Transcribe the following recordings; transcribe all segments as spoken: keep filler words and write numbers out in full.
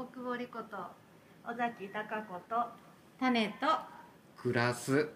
久保莉子と尾崎貴子と種と暮らす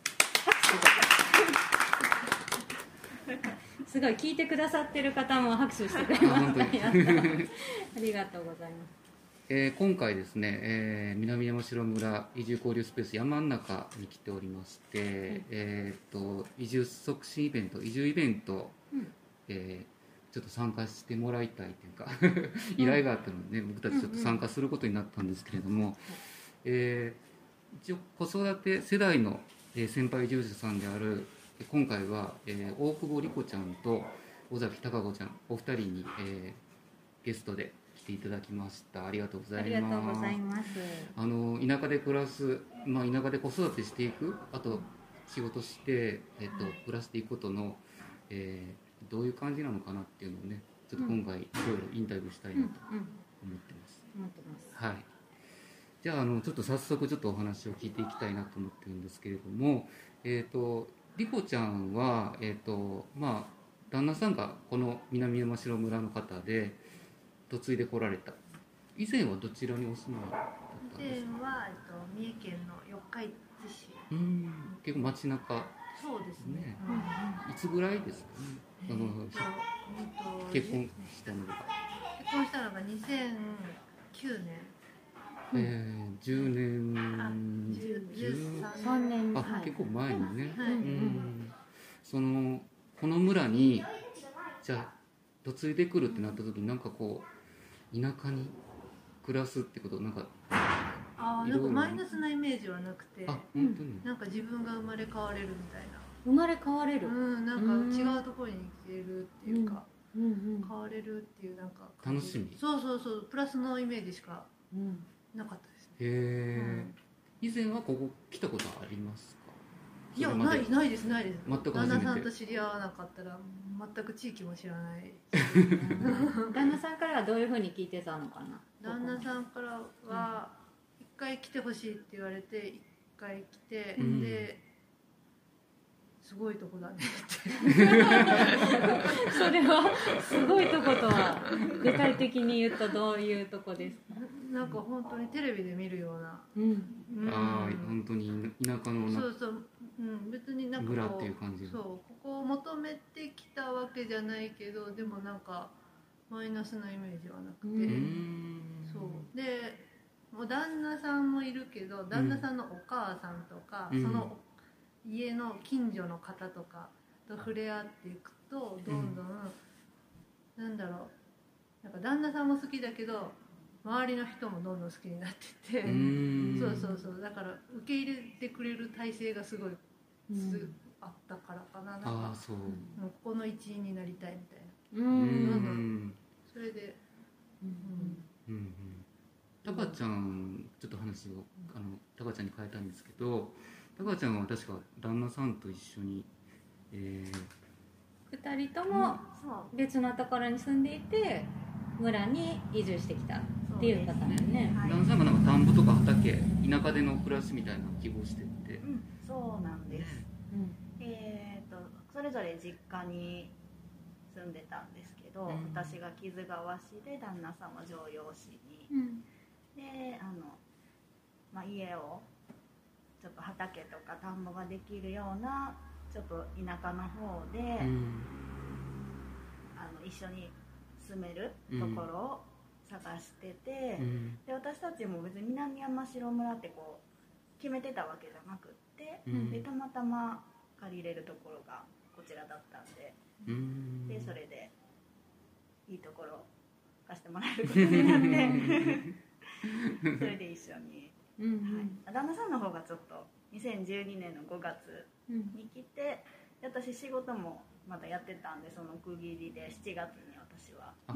すごい聞いてくださってる方も拍手してくれました。ありがとうございます。 えー、今回ですね、えー、南山城村移住交流スペース山ん中に来ておりまして、うん、えー、と移住促進イベント移住イベント、うんえー、ちょっと参加してもらいたいというか依頼があったので、ね、僕たちちょっと参加することになったんですけれども、うんうんえー、一応子育て世代の先輩移住者さんである今回は、えー、大久保莉子ちゃんと尾崎貴子ちゃんお二人に、えー、ゲストで来ていただきました。ありがとうございます。 ありがとうございます。 あの田舎で暮らす、まあ、田舎で子育てしていくあと仕事して、えー、と暮らしていくことの、えー、どういう感じなのかなっていうのをねちょっと今回いろいろインタビューしたいなと思ってます。 思ってます。 はい。じゃあ、あのちょっと早速ちょっとお話を聞いていきたいなと思ってるんですけれども、えっ、ー、と莉子ちゃんはえっ、ー、とまあ旦那さんがこの南山城村の方で嫁いで来られた。以前はどちらにお住まいだったんですか？ 以前は、えっと、三重県の四日市市。 うん、結構街中。 そうですね。ねうん、いつぐらいですかね。あの、えっと、結婚したのが。 結婚したのがにせんきゅうねん。 えー、じゅうねん、 じゅうさんねん、 あ、はい、結構前にね、 はい、うん、 そのこの村にじゃあ嫁いでくるってなった時になんかこう田舎に暮らすってことなんかあなんかマイナスなイメージはなくて、 あ本当になんか自分が生まれ変われるみたいな生まれ変われるうんなんか違うところに行けるっていうか、うんうん、変われるっていうなんか楽しみそうそうそうプラスのイメージしか、うんなかったですね。 へえ、うん、以前はここ来たことありますか？ いやないないですないです。 全く旦那さんと知り合わなかったら全く地域も知らない旦那さんからはどういうふうに聞いてたのかな？ 旦那さんからは一回来てほしいって言われて一回来て、うん、ですごいとこだねってそれはすごいとことは具体的に言うとどういうとこですか？ なんか本当にテレビで見るような、 うんうん、ああ本当に田舎のそうそう、うん、別になんか村っていう感じ。 そうここを求めてきたわけじゃないけどでもなんかマイナスなイメージはなくて、うん、そうでもう旦那さんもいるけど旦那さんのお母さんとか、うん、その家の近所の方とかと触れ合っていくとどんどん、うん、なんだろうなんか旦那さんも好きだけど周りの人もどんどん好きになっててそうそうそうだから受け入れてくれる体制がすごいすあったからかななんかあそうもうここの一員になりたいみたいなうんうんそれでうんうんうんタカちゃんちょっと話をあのタカちゃんに変えたんですけどタカちゃんは確か旦那さんと一緒に、えー、 ふたりとも別のところに住んでいて村に移住してきたっていう方なんね。 旦那さんがなんか田んぼとか畑田舎での暮らしみたいなのを希望してって、 うん、そうなんです、うん、えーとそれぞれ実家に住んでたんですけど、うん、私が木津川市で旦那さんは城陽市に、うん、であの、まあ、家をちょっと畑とか田んぼができるようなちょっと田舎の方で、うん、あの一緒に住めるところを探してて、うん、で私たちも別に南山城村ってこう決めてたわけじゃなくって、うん、でたまたま借りれるところがこちらだったんで、うん、でそれでいいところ貸してもらえることになってそれで一緒に、うんはい、旦那さんの方がちょっとにせんじゅうにねんのごがつに来て、で私仕事もまだやってたんでその区切りでしちがつに私はあ、うん、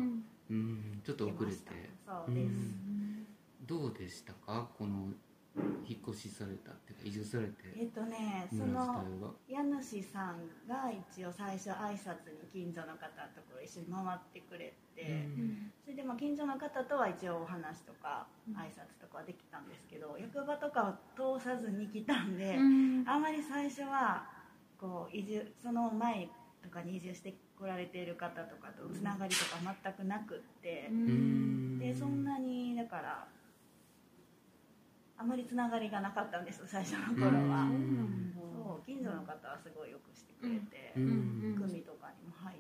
ちょっと遅れてそうです、 どうでしたかこの引っ越しされたっていうか移住されてえっとねその家主さんが一応最初挨拶に近所の方のところ一緒に回ってくれて、うん、それでまあ近所の方とは一応お話とか挨拶とかはできたんですけど、役場とかを通さずに来たんで、うん、あまり最初はこう移住その前とかに移住して来られている方とかとつながりとか全くなくって、うん、でそんなにだかからあまりつながりがなかったんです最初の頃は。そう近所の方はすごいよくしてくれて、うん、組とかにも入って、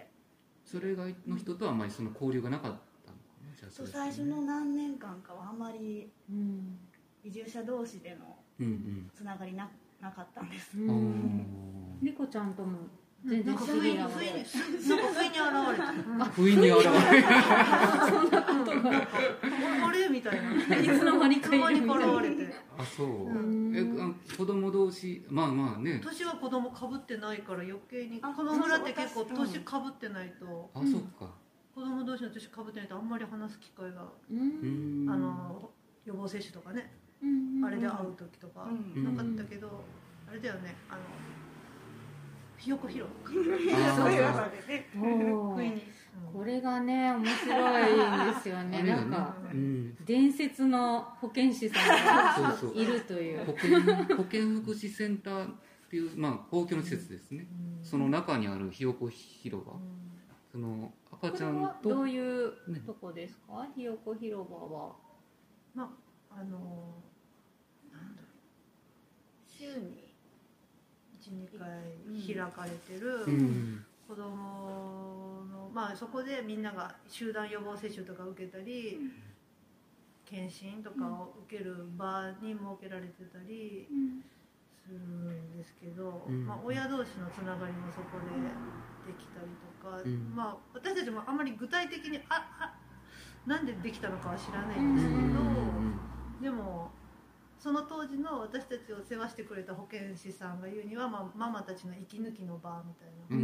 それ以外の人とはあまりその交流がなかったのかな。じゃあそうですね、 最初の何年間かはあまり移住者同士でのつながりな、なかったんです。 リコちゃんとも全然知り合い不意に不意に現れた。 不意に現れた。 そんなことがあれみたいな。 いつの間にかい現れて。 あ、そう。え、子供同士、まあまあね。 年は子供かぶってないから余計に、この村って結構年かぶってないと。 あ、そっか。 子供同士の年かぶってないとあんまり話す機会が、あの予防接種とかね、あれで会う時とかなかったけど、あれだよね、あの。ひよこ広場そういう技でね。 これがね面白いんですよね。なんか伝説の保健師さんがいるという。 保健保健福祉センターっていうまあ公共の施設ですね。その中にあるひよこ広場。その赤ちゃんとどういうとこですか？ひよこ広場は。 まああのなんだろう、週にいち、にかい開かれてる子どもの、まあそこでみんなが集団予防接種とか受けたり、検診とかを受ける場に設けられてたりするんですけど、まあ親同士のつながりもそこでできたりとか、まあ私たちもあんまり具体的にああなんでできたのかは知らないんですけど、でもその当時の私たちを世話してくれた保健師さんが言うには、まあ、ママたちの息抜きの場みたいな、うん、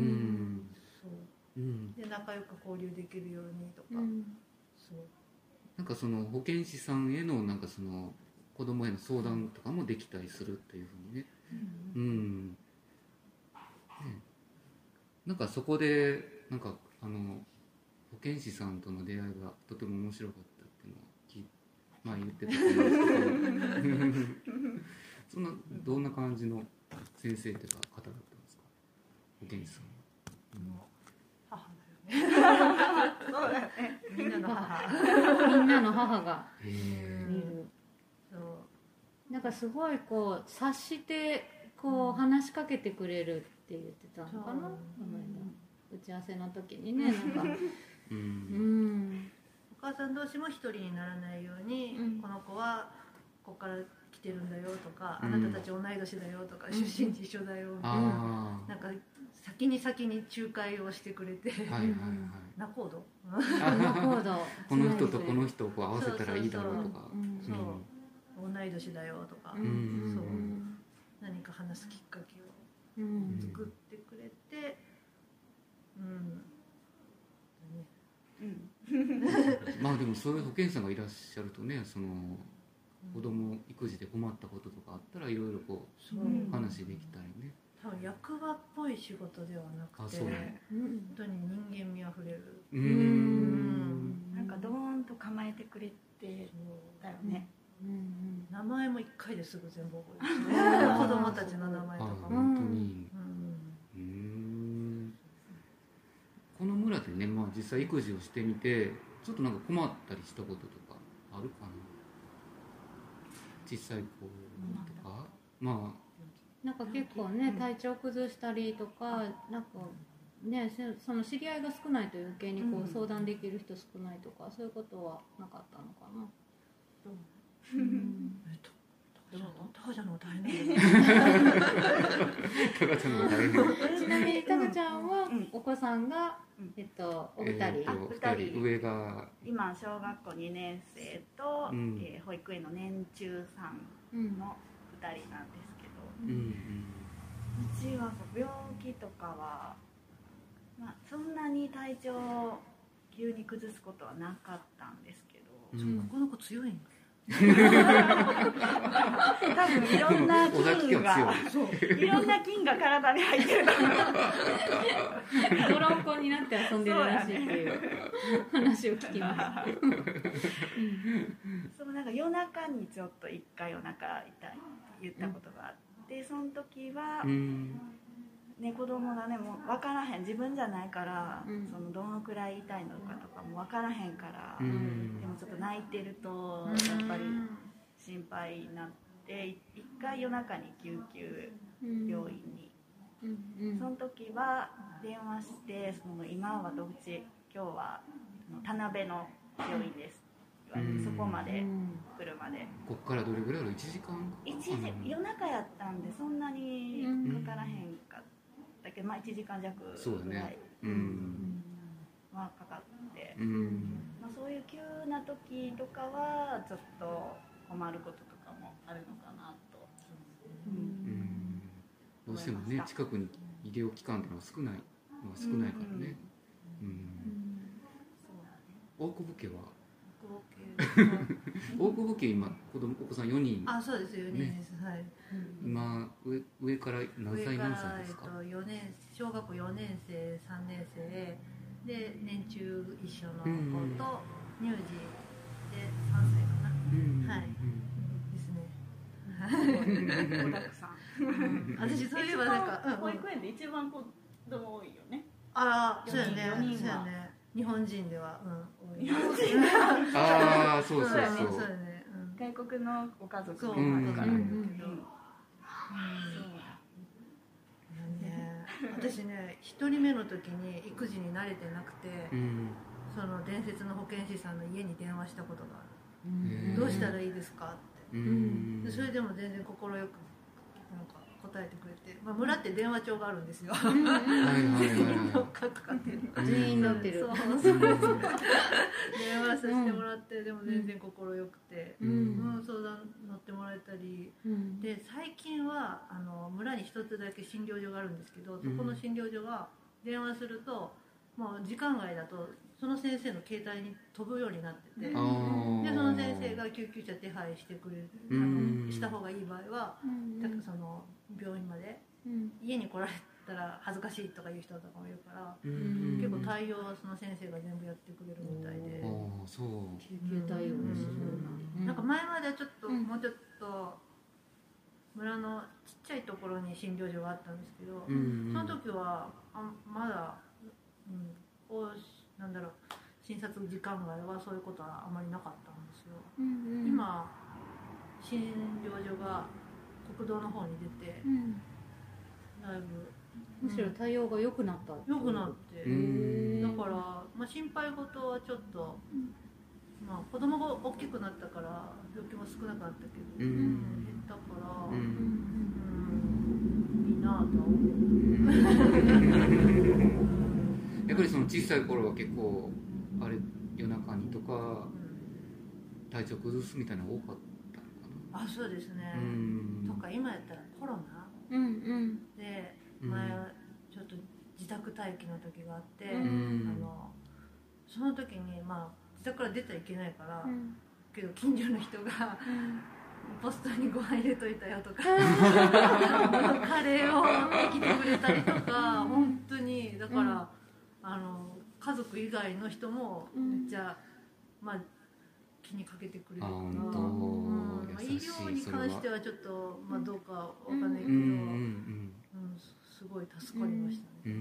そう、うん、で仲良く交流できるようにとか、うん、そうなんかその保健師さんへのなんかその子供への相談とかもできたりするっていうふうにね、うん、うん、ね、なんかそこでなんかあの保健師さんとの出会いがとても面白かったっていうのは聞いて。まあ言ってたと思うんですけどそんなどんな感じの先生というか方だったんですか、保健師さんは。 母だよねそうだよね、みんなの母みんなの母がいる。そうなんかすごいこう察してこう話しかけてくれるって言ってたのかな、打ち合わせの時にね、なんかうん、うんお母さん同士も一人にならないように、うん、この子はここから来てるんだよとか、うん、あなたたち同い年だよとか、うん、出身地一緒だよみたいな、なんか先に先に仲介をしてくれて、はいはいはい、仲人この人とこの人をこう合わせたらいいだろうとか、 そうそう同い年だよとか、うん、そう何か話すきっかけを作ってくれて、うん、 うんまあでもそういう保健師さんがいらっしゃるとね、その子供育児で困ったこととかあったらいろいろこう話できたりね。 多分役場っぽい仕事ではなくて、本当に人間味あふれる。 うーん、なんかドーンと構えてくれてだよね。 うんうん、名前も一回ですぐ全部覚えてる、子供たちの名前とかも。 本当に。うん、この村でね、まあ、実際育児をしてみてちょっとなんか困ったりしたこととかあるかな、小さい子とか、まあなんか結構ね、体調崩したりとか、なんかね、その知り合いが少ないと余計にこう相談できる人少ないとか、そういうことはなかったのかな。うん、 タカちゃんの方が大変だよ。 タカちゃんの方が大変。 ちなみにタカちゃんはお子さんが、えっとお二人、 えー、ふたり上が今小学校にねん生と、うん、えー、保育園の年中さんのふたりなんですけど、うんうん、うちは病気とかは、まあ、そんなに体調を急に崩すことはなかったんですけど、 うん、この子強いんだ。 多分いろんな菌がいろんな菌が体に入ってる泥んこになって遊んでるらしいっていう話を聞きます。 そう、なんか夜中にちょっと一回お腹痛いって言ったことがあって、その時はね、子供がねもう分からへん自分じゃないから、 うん、 そのどのくらい痛いのかとかも分からへんから、 うん、 でもちょっと泣いてるとやっぱり心配になって一回夜中に救急病院に、うんうん、その時は電話してその今はどっち今日は田辺の病院です言われて、そこまで来るまでこっからどれぐらいあるいちじかんいちじ夜中やったんでそんなにかからへんかったけど、まあ、いちじかん弱ぐらいはかかって、うん、まあ、そういう急な時とかはちょっと困ることとかもあるのかなと、うんうん、 どうしてもね近くに医療機関っていうのは少ないのは少ないからね、うんうんうん、そうだね。大久保家は大久保家今子供お子さんよにん、 あ、そうですよにんです、ね、はい、 今 上, 上から何歳何歳ですか？ 上から、えっと、よねん小学校よねん生さんねん生で年中一緒の子と乳児でさんさいかな、うん、はい、うん、ですね。 子だくさん。 私そういえばなんか、 うん、保育園で一番子供多いよね。 ああ、そうやね、そうやね。日本人では、うん、 日本人ああ、そうそうそう。 そうやね、うん、 外国のご家族そう、 もあるから。うんうんうんうんね、私ね、一人目の時に育児に慣れてなくて、うん、その伝説の保健師さんの家に電話したことがある。どうしたらいいですかって。うん、でそれでも全然快くなんか答えてくれて、まあ、村って電話帳があるんですよ。全員乗っかってる。 全員乗ってる。 そうそうそう電話させてもらって、でも全然快くて、うんうん、相談乗ってもらえたり、うん、で最近はあの村に一つだけ診療所があるんですけど、そこの診療所が電話すると、もう時間外だとその先生の携帯に飛ぶようになってて、でその先生が救急車手配してくれる、あのした方がいい場合は、だからその病院まで、家に来られたら恥ずかしいとかいう人とかもいるから、結構対応はその先生が全部やってくれるみたいで、 あそう救急対応でするな。なんか前まではちょっと、もうちょっと村のちっちゃいところに診療所があったんですけど、その時はあまだ、うん、こうなんだろう、診察時間外はそういうことはあまりなかったんですよ、うんうん、今診療所が国道の方に出て、うん、だいぶむしろ対応が良くなった良くなって、だから、まあ、心配事はちょっと、まあ、子供が大きくなったから病気も少なくなったけど、うん、減ったから、うんうん、いいなと思う。 やっぱりその小さい頃は結構あれ夜中にとか体調崩すみたいなの多かったのかな。 あ、そうですね、うん、とか今やったらコロナ、うんうん、で前ちょっと自宅待機の時があって、うん、あのその時に、まあ、自宅から出ちゃいけないから、うん、けど近所の人が、うん、ポストにご飯入れといたよとかカレーを持ってきてくれたりとか本当にだから、うん、あの家族以外の人もめっちゃ、うん、まあ、気にかけてくれるから、うん、まあ、医療に関してはちょっと、まあ、どうかわかんないけど、うんうんうんうん、すごい助かりましたね、うん、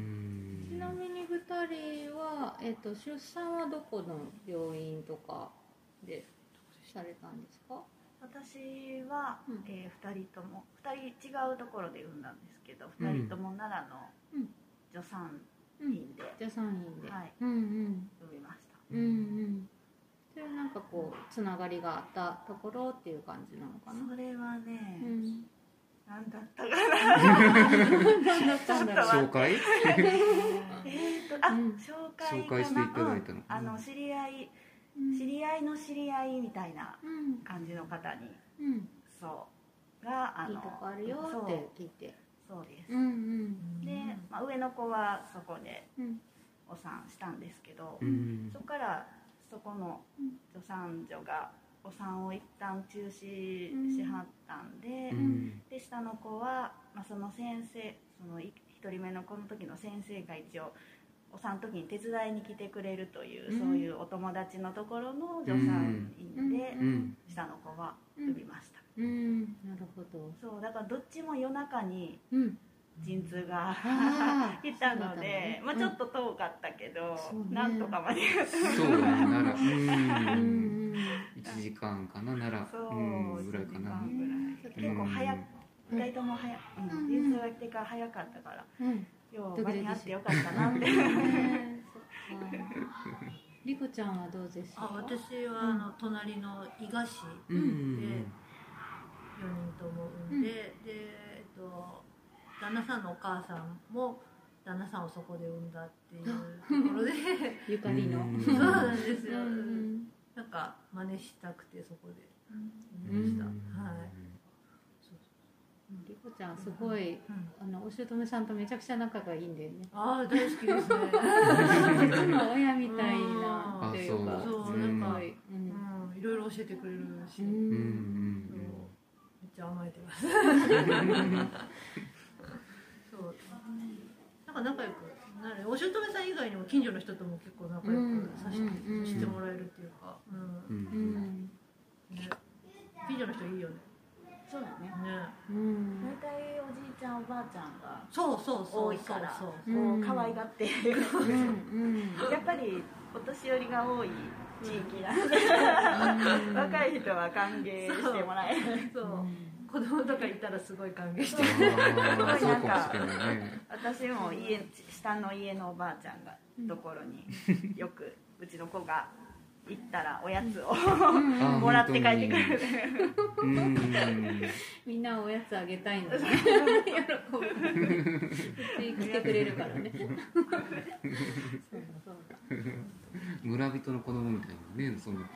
ちなみにふたりは、えーと、出産はどこの病院とかでされたんですか？ 私は、うん、えー、ふたりともふたり違うところで産んだんですけど、ふたりとも奈良の助産院で、 助産院で、 はい、 うんうん、 産みました。 うんうん。それなんかこうつながりがあったところっていう感じなのかな。 それはね、うん、なんだったかな。 紹介？ えっとあ、うん、紹介紹介していただいたの。 あの知り合い、知り合いの知り合いみたいな感じの方に、うん、そうがあのいいとこあるよって聞いて。 そうです、うんうん、で、まあ、上の子はそこでお産したんですけど、うん、そこからそこの助産所がお産を一旦中止しはったんで、うん、で下の子は、まあ、その先生そのひとりめの子の時の先生が一応お産の時に手伝いに来てくれるという、うん、そういうお友達のところの助産院で、うん、下の子は産みました。 うん、なるほど。 そうだからどっちも夜中に陣痛が来たので、ね、まあ、ちょっと遠かったけど、うん、なんとかまでそうね、ならうんいちじかんかな、ならそううんぐらいかな、 結構早くふたりとも早く陣痛が来てから早かったから、うん、よう間に合ってよかったなってりこちゃんはどうですか？ あ、私はあの隣の伊賀市でよにんとも産んで、うん、で、えっと、旦那さんのお母さんも旦那さんをそこで産んだっていうところでゆかりのそうなんですよ、うん、なんか真似したくてそこで産みました、うん、はい。 りこちゃんすごい、うん、あのお姑さんとめちゃくちゃ仲がいいんだよね。 ああ、大好きですね実の親みたいなっていうか、 そう、なんか、うん、いろいろ教えてくれるし、うん、めっちゃ甘えてますそうなんか仲良くなる。お姑さん以外にも近所の人とも結構仲良くさせて、うん、してもらえるっていうか、うんうんね、近所の人いいよね。 そうだね。 うん。 大体おじいちゃんおばあちゃんがそうそうそう多いから、こう可愛がってやっぱりお年寄りが多い地域なんで、若い人は歓迎してもらえる。そう。 子供とかいたらすごい歓迎してくれる。すごいなんか私も家下の家のおばあちゃんがところによくうちの子が行ったらおやつをもらって帰ってくる。 みんなおやつあげたいので喜ぶ。来てくれるからね。そうだそうだ。 村人の子供みたいなね、そのね。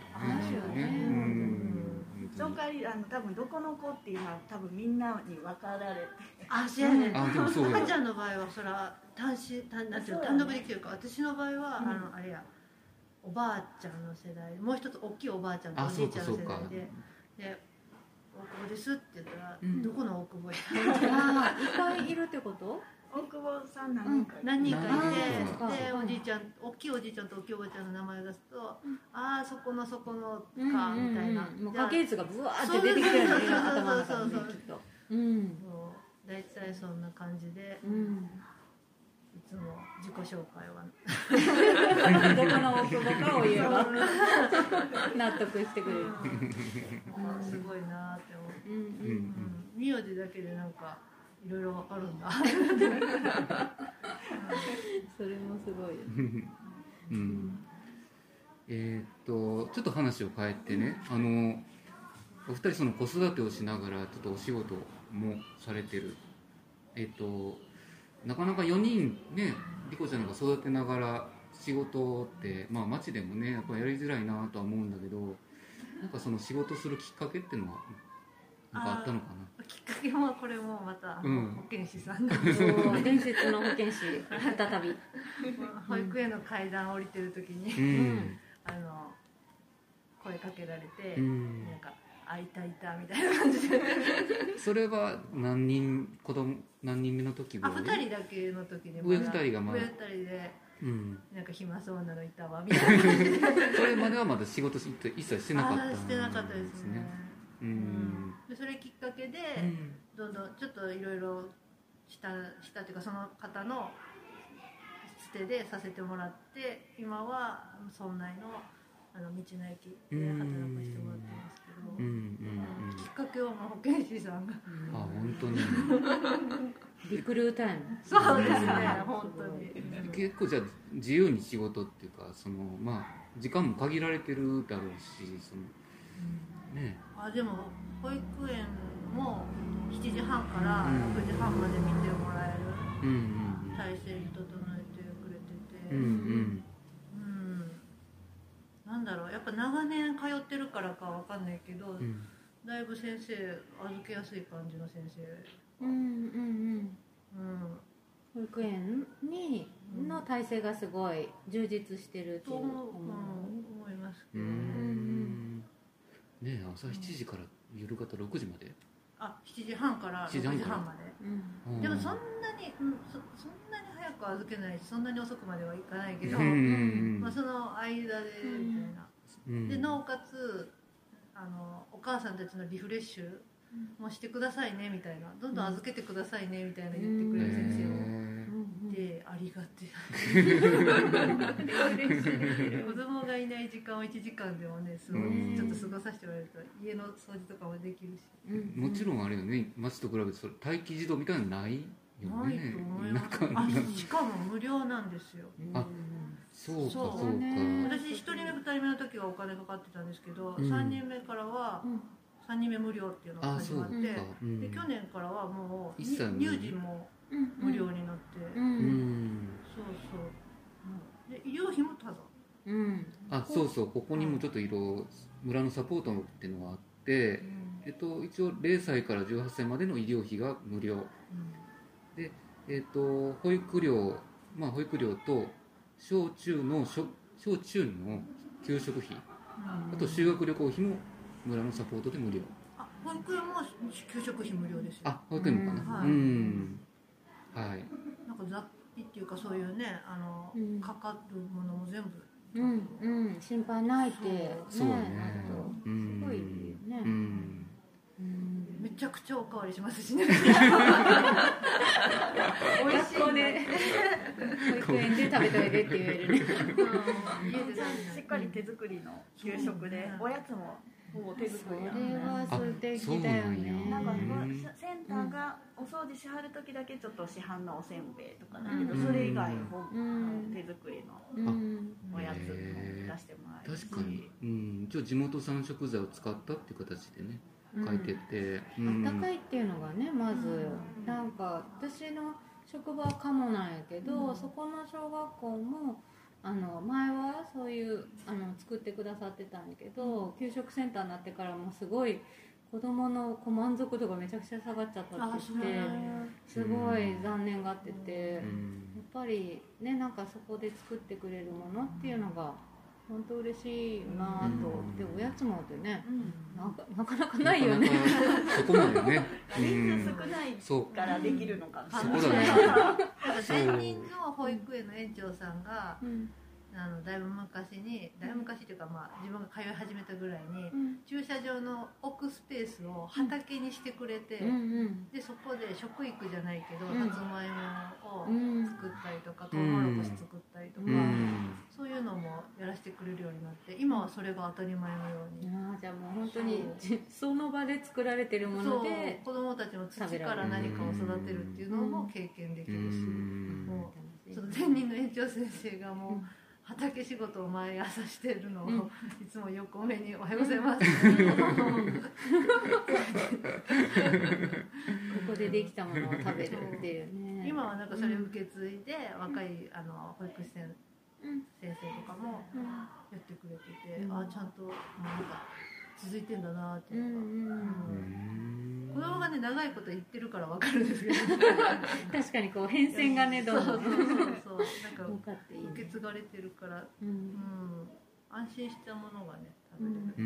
その代わりあの多分どこの子っていうのは多分みんなに分かられて。 あ、そうやね。赤ちゃんの場合はそれは単身単なんていう単独できてるから、私の場合はあのあれや。おばあちゃんの世代、もう一つ大きいおばあちゃんとおじいちゃんの世代で、で大久保ですって言ったら、うん、どこの大久保やったあいっぱいいるってこと？ 大久保さん何人かいて、 何人かいて、でおじいちゃん、大きいおじいちゃんと大きいおばあちゃんの名前を出すと、うん、ああそこのそこのか、うんうん、みたいな、 もう家系図がブワーって出てきてるのね、頭の中にね、きっと。うん、 大体そんな感じで。うん、いつも自己紹介はどこの奥歯かを言えば納得してくれる、 うん、すごいなって思う、うんうん、名字だけでなんかいろいろわかるんだそれもすごいです、 うん、えー、っとちょっと話を変えてね、あのお二人その子育てをしながらちょっとお仕事もされてる、えー、っとなかなかよにんね、りこちゃんが育てながら仕事って、まあ街でもねやっぱやりづらいなとは思うんだけど、なんかその仕事するきっかけっていうのはなんかあったのかな。 きっかけもこれもまた、うん、保健師さんが伝説の保健師再び保育園の階段降りてる時に、うん、あの声かけられて、うん、なんかあいたいたみたいな感じでそれは何人子供何人目の時は？ あ、ふたりだけの時で上ふたりがまだ上ふたりで、うん、なんか暇そうなのいたわみたいな感じでそれまではまだ仕事一切してなかったんですね。 してなかったですね、うんうん、でそれきっかけで、うん、どんどんちょっといろいろしたしたっていうかその方のつてでさせてもらって、今は村内のあの道の駅で働かせてもらってますけど、うんうんうん、きっかけはもう保健師さんが、 うん、あ本当にリクルータイムそうですね本当に結構じゃあ自由に仕事っていうかそのまあ時間も限られてるだろうしその、うん、ねあでも保育園もしちじはんからろくじはんまで見てもらえる、うんうん、体制に整えてくれてて、うんうんなんだろうやっぱ長年通ってるからかわかんないけど、うん、だいぶ先生預けやすい感じの先生うんうんうん保育園にの体制がすごい充実してると思う、うん、 思いますけどね。 ねえ朝しちじから夕方ろくじまで、 あしちじはんからろくじはんまで、うん、でもそんなに、うん、そ, そんなに早く預けないしそんなに遅くまではいかないけど、まあ、その間でみたいな、うん、でなおかつあのお母さんたちのリフレッシュもうしてくださいねみたいな、どんどん預けてくださいねみたいな言ってくれる先生もで、ありがてえ子供がいない時間をいちじかんでもねすごいちょっと過ごさせてもらえると家の掃除とかもできるし、 もちろんあれよね、町と比べてそれ待機児童みたいなのないよね。 ないと思います。あ、しかも無料なんですよ。 あ、そうかそうか。 私ひとりめふたりめの時はお金かかってたんですけど、うん、さんにんめからはさんにんめ無料っていうのが始まって、うん、で去年からはもう入児も無料になって、うんうん、そうそうで医療費もただ、 うん、あ、そうそう、ここにもちょっと色村のサポートっていうのがあって、うん、えっと、一応れいさいからじゅうはっさいまでの医療費が無料、うん、で、えっと、保育料、まあ、保育料と小中の小中の給食費、うん、あと修学旅行費も村のサポートで無料。 あ、保育園も給食費無料ですよ。 あ、保育園もかな。うん、はい、うん、はい。 なんか雑費っていうかそういうね、あの、うん、かかるものも全部。 うんうん、心配ないってね。 そうね。 すごいね。うん。 うん、めちゃくちゃおかわりしますしね。 美味しいね。保育園で食べといでって言えるね。 しっかり手作りの給食で、おやつもほぼ手作りなので。それは素敵だよね。 なんかセンターがお掃除しはる時だけちょっと市販のおせんべいとかだけど、それ以外ほぼ手作りのおやつも出してもらえるし。 確かに。うん、一応地元産食材を使ったっていう形でね。書いてて、 うん、あったかいっていうのがね、まず、うん、なんか私の職場は鴨なんやけど、うん、そこの小学校もあの前はそういうあの作ってくださってたんやけど、給食センターになってからもすごい子どもの満足度がめちゃくちゃ下がっちゃったって言ってすごい残念がってて、うん、やっぱりね、なんかそこで作ってくれるものっていうのが本当嬉しいなと、うん、でおやつもってね、うん、なんかなかなかないよね。 そこまでね。 人数少ないからできるのかな。 そこだね。 前任の保育園の園長さんが、うん、あのだいぶ昔に、だいぶ昔というか、まあ、自分が通い始めたぐらいに、うん、駐車場の置くスペースを畑にしてくれて、うん、でそこで食育じゃないけど、うん、さつまいもを作ったりとか、トウモロコシ作ったりとか、うん、そういうのもやらせてくれるようになって、今はそれが当たり前のように。 あ、じゃあもう本当にその場で作られてるもので、 子どもたちの土から何かを育てるっていうのも経験できるし、もうその前任の園長先生がもう、うん畑仕事を毎朝してるのを、うん、いつも横目におはようございますここでできたものを食べるっていうね。 今はなんかそれを受け継いで、うん、若いあの保育士先生とかもやってくれてて、うん、あちゃんともうなんか続いてんだなっていうのが、うんうん、子供がね長いこと言ってるから分かるんですけど確かにこう変遷がねどんどんそうそうそうなんか受け継がれてるから、うんうん、安心したものがね食べれる、うん、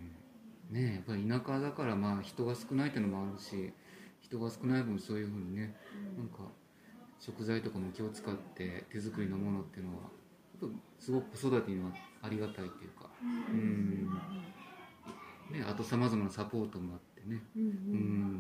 ね、やっぱり田舎だからまあ人が少ないっていうのもあるし、人が少ない分そういうふうにね、うん、なんか食材とかも気を使って手作りのものっていうのはやっぱすごく子育てにはありがたいっていうか、うんうんね、あとさまざまなサポートもあってね、うんうん、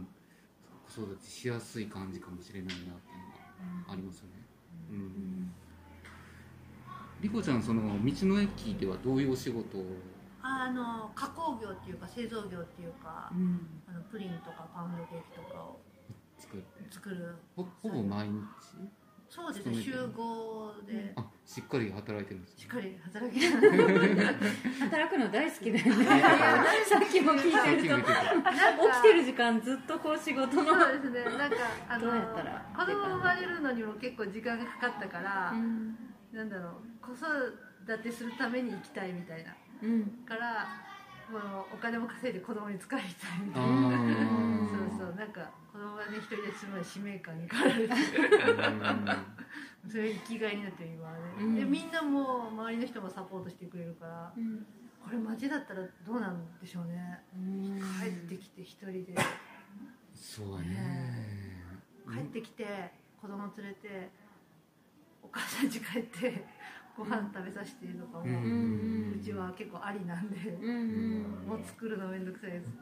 子育てしやすい感じかもしれないなっていうのがありますよね。うんうん、リコちゃん、その道の駅ではどういうお仕事を？ あの加工業っていうか製造業っていうか、うん、あのプリンとかパウンドケーキとかを作る作るほ, ほぼ毎日？ そうですね、週ごで、 あ、しっかり働いてるんです、ね、 しっかり働き働くの大好きだよねさっきも聞いてると起きてる時間ずっとこう仕事のそうですね、なんかあのどうやったら子供生まれるのにも結構時間がかかったから、うん、なんだろう、子育てするために行きたいみたいな、うん、からもうお金も稼いで子供に使いたいみたいなそうそう、なんか子供がね一人で住む使命感に駆られてそれ生きがいになってる今はね、うん、でみんなも周りの人もサポートしてくれるから、うん、これ街だったらどうなんでしょうね、うん、帰ってきて一人でそうね、 帰ってきて子供連れてお母さん家帰ってご飯食べさせてとかも、うん、うちは結構ありなんで、うん、もう作るのめんどくさいですから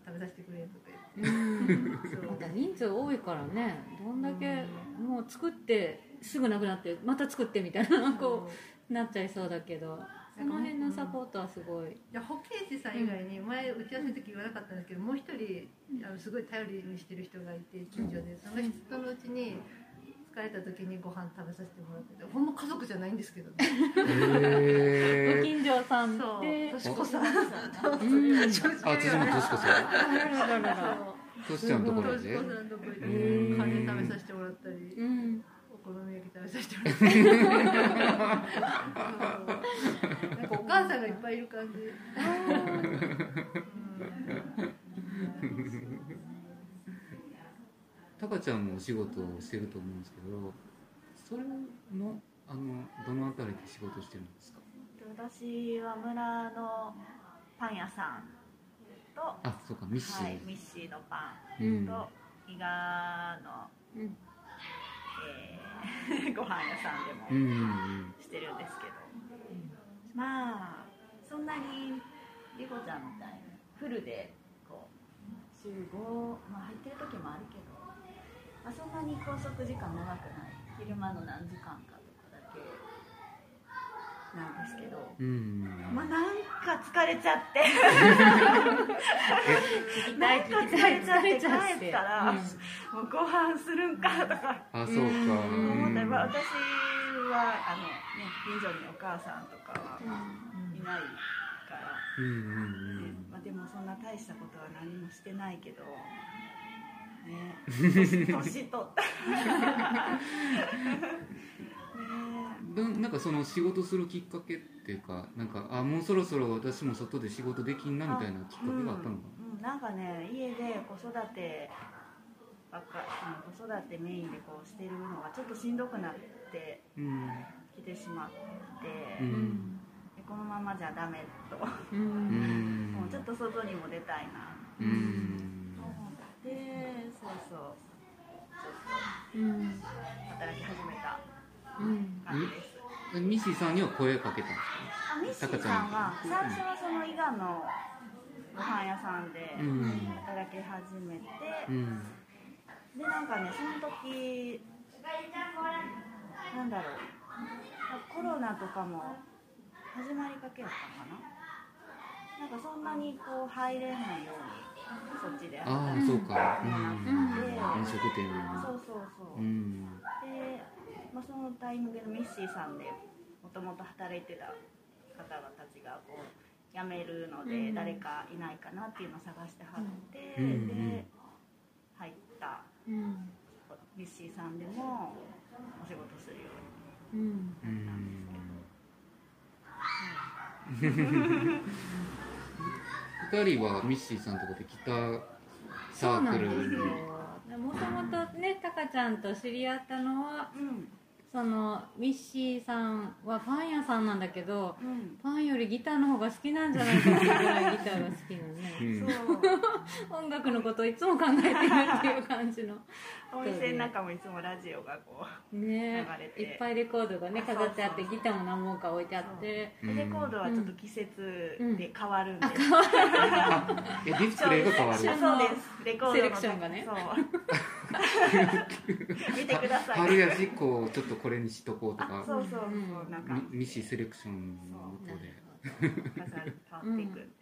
食べさせてくれとか言って、 また人数多いからね、どんだけもう作ってすぐなくなってまた作ってみたいなこうなっちゃいそうだけど、その辺のサポートはすごい。 いや保健師さん以外に前打ち合わせの時言わなかったんですけど、もう一人あのすごい頼りにしてる人がいて近所で、その人のうちに疲れた時にご飯食べさせてもらってて、ほんま家族じゃないんですけどね。 へご近所さんでとしこさん、 あ、辻本としこさん、としちゃんのところでとしこさんのところでカレー食べさせてもらったり、お好み焼き食べさせてもらったり、なんかお母さんがいっぱいいる感じ。 タカちゃんもお仕事をしてると思うんですけど、それのあのどのあたりで仕事してるんですか？ 私は村のパン屋さんと、 あ、そうか、ミッシー、 はい、ミッシーのパンと、伊賀の、うん、えー、ご飯屋さんでもしてるんですけど、まあそんなにリコちゃんみたいにフルでこう週ご、まあ入ってる時もあるけど、まあ、そんなに拘束時間長くない、昼間の何時間かとかだけなんですけど、うん、まあなんか疲れちゃってなんか疲れちゃって帰ったら、うん、もうご飯するんかとか、 あ、そうか、 思ったり、まあ、私はあの、ね、近所にお母さんとかはいないから、うんうんうん、まあ、でもそんな大したことは何もしてないけどね、年取ったね、なんかその仕事するきっかけっていうか、なんかあもうそろそろ私も外で仕事できんなみたいなきっかけがあったのかな、 うんうん、なんかね、家で子育てばっか、子育てメインでこうしてるのがちょっとしんどくなってきてしまって、うん、でこのままじゃダメと、うん、もうちょっと外にも出たいな、うん、で、そうそうちょっと、うん、働き始めた感じです。 うん、ミッシーさんには声かけたんですか？ミッシーさんは最初はその伊賀のご飯屋さんで働き始めて、うん、でなんかね、その時なんだろう、コロナとかも始まりかけだったかな、なんかそんなにこう入れないようにそっちで働いて、 あ、そうか、うん、 飲食店の、 そうそうそう、うん、で、まあ、そのタイミングでミッシーさんでもともと働いてた方々たちがこう辞めるので、誰かいないかなっていうのを探してはって、うん、で入った、うん、ミッシーさんでもお仕事するようになったんですけど、うんうんふたりはミッシーさんとこでギターサークルに、 もともとね、タカちゃんと知り合ったのは、うん、そのミッシーさんはパン屋さんなんだけど、うん、パンよりギターの方が好きなんじゃないかってぐらいギターが好きなね、うん、そう音楽のことをいつも考えてるっていう感じのお店の中もいつもラジオがこう、ね、流れていっぱいレコードがね飾ってあって、ギターも何本か置いてあって、 レコードはちょっと季節で変わるんで、うん、 えディスプレイが変わる、 そうです、レコードのセレクションがね、 そう見てください、 春やしこうちょっとこれにしとこうとか、 そうそうそう、なんかミッシーセレクションの音で変わっていく、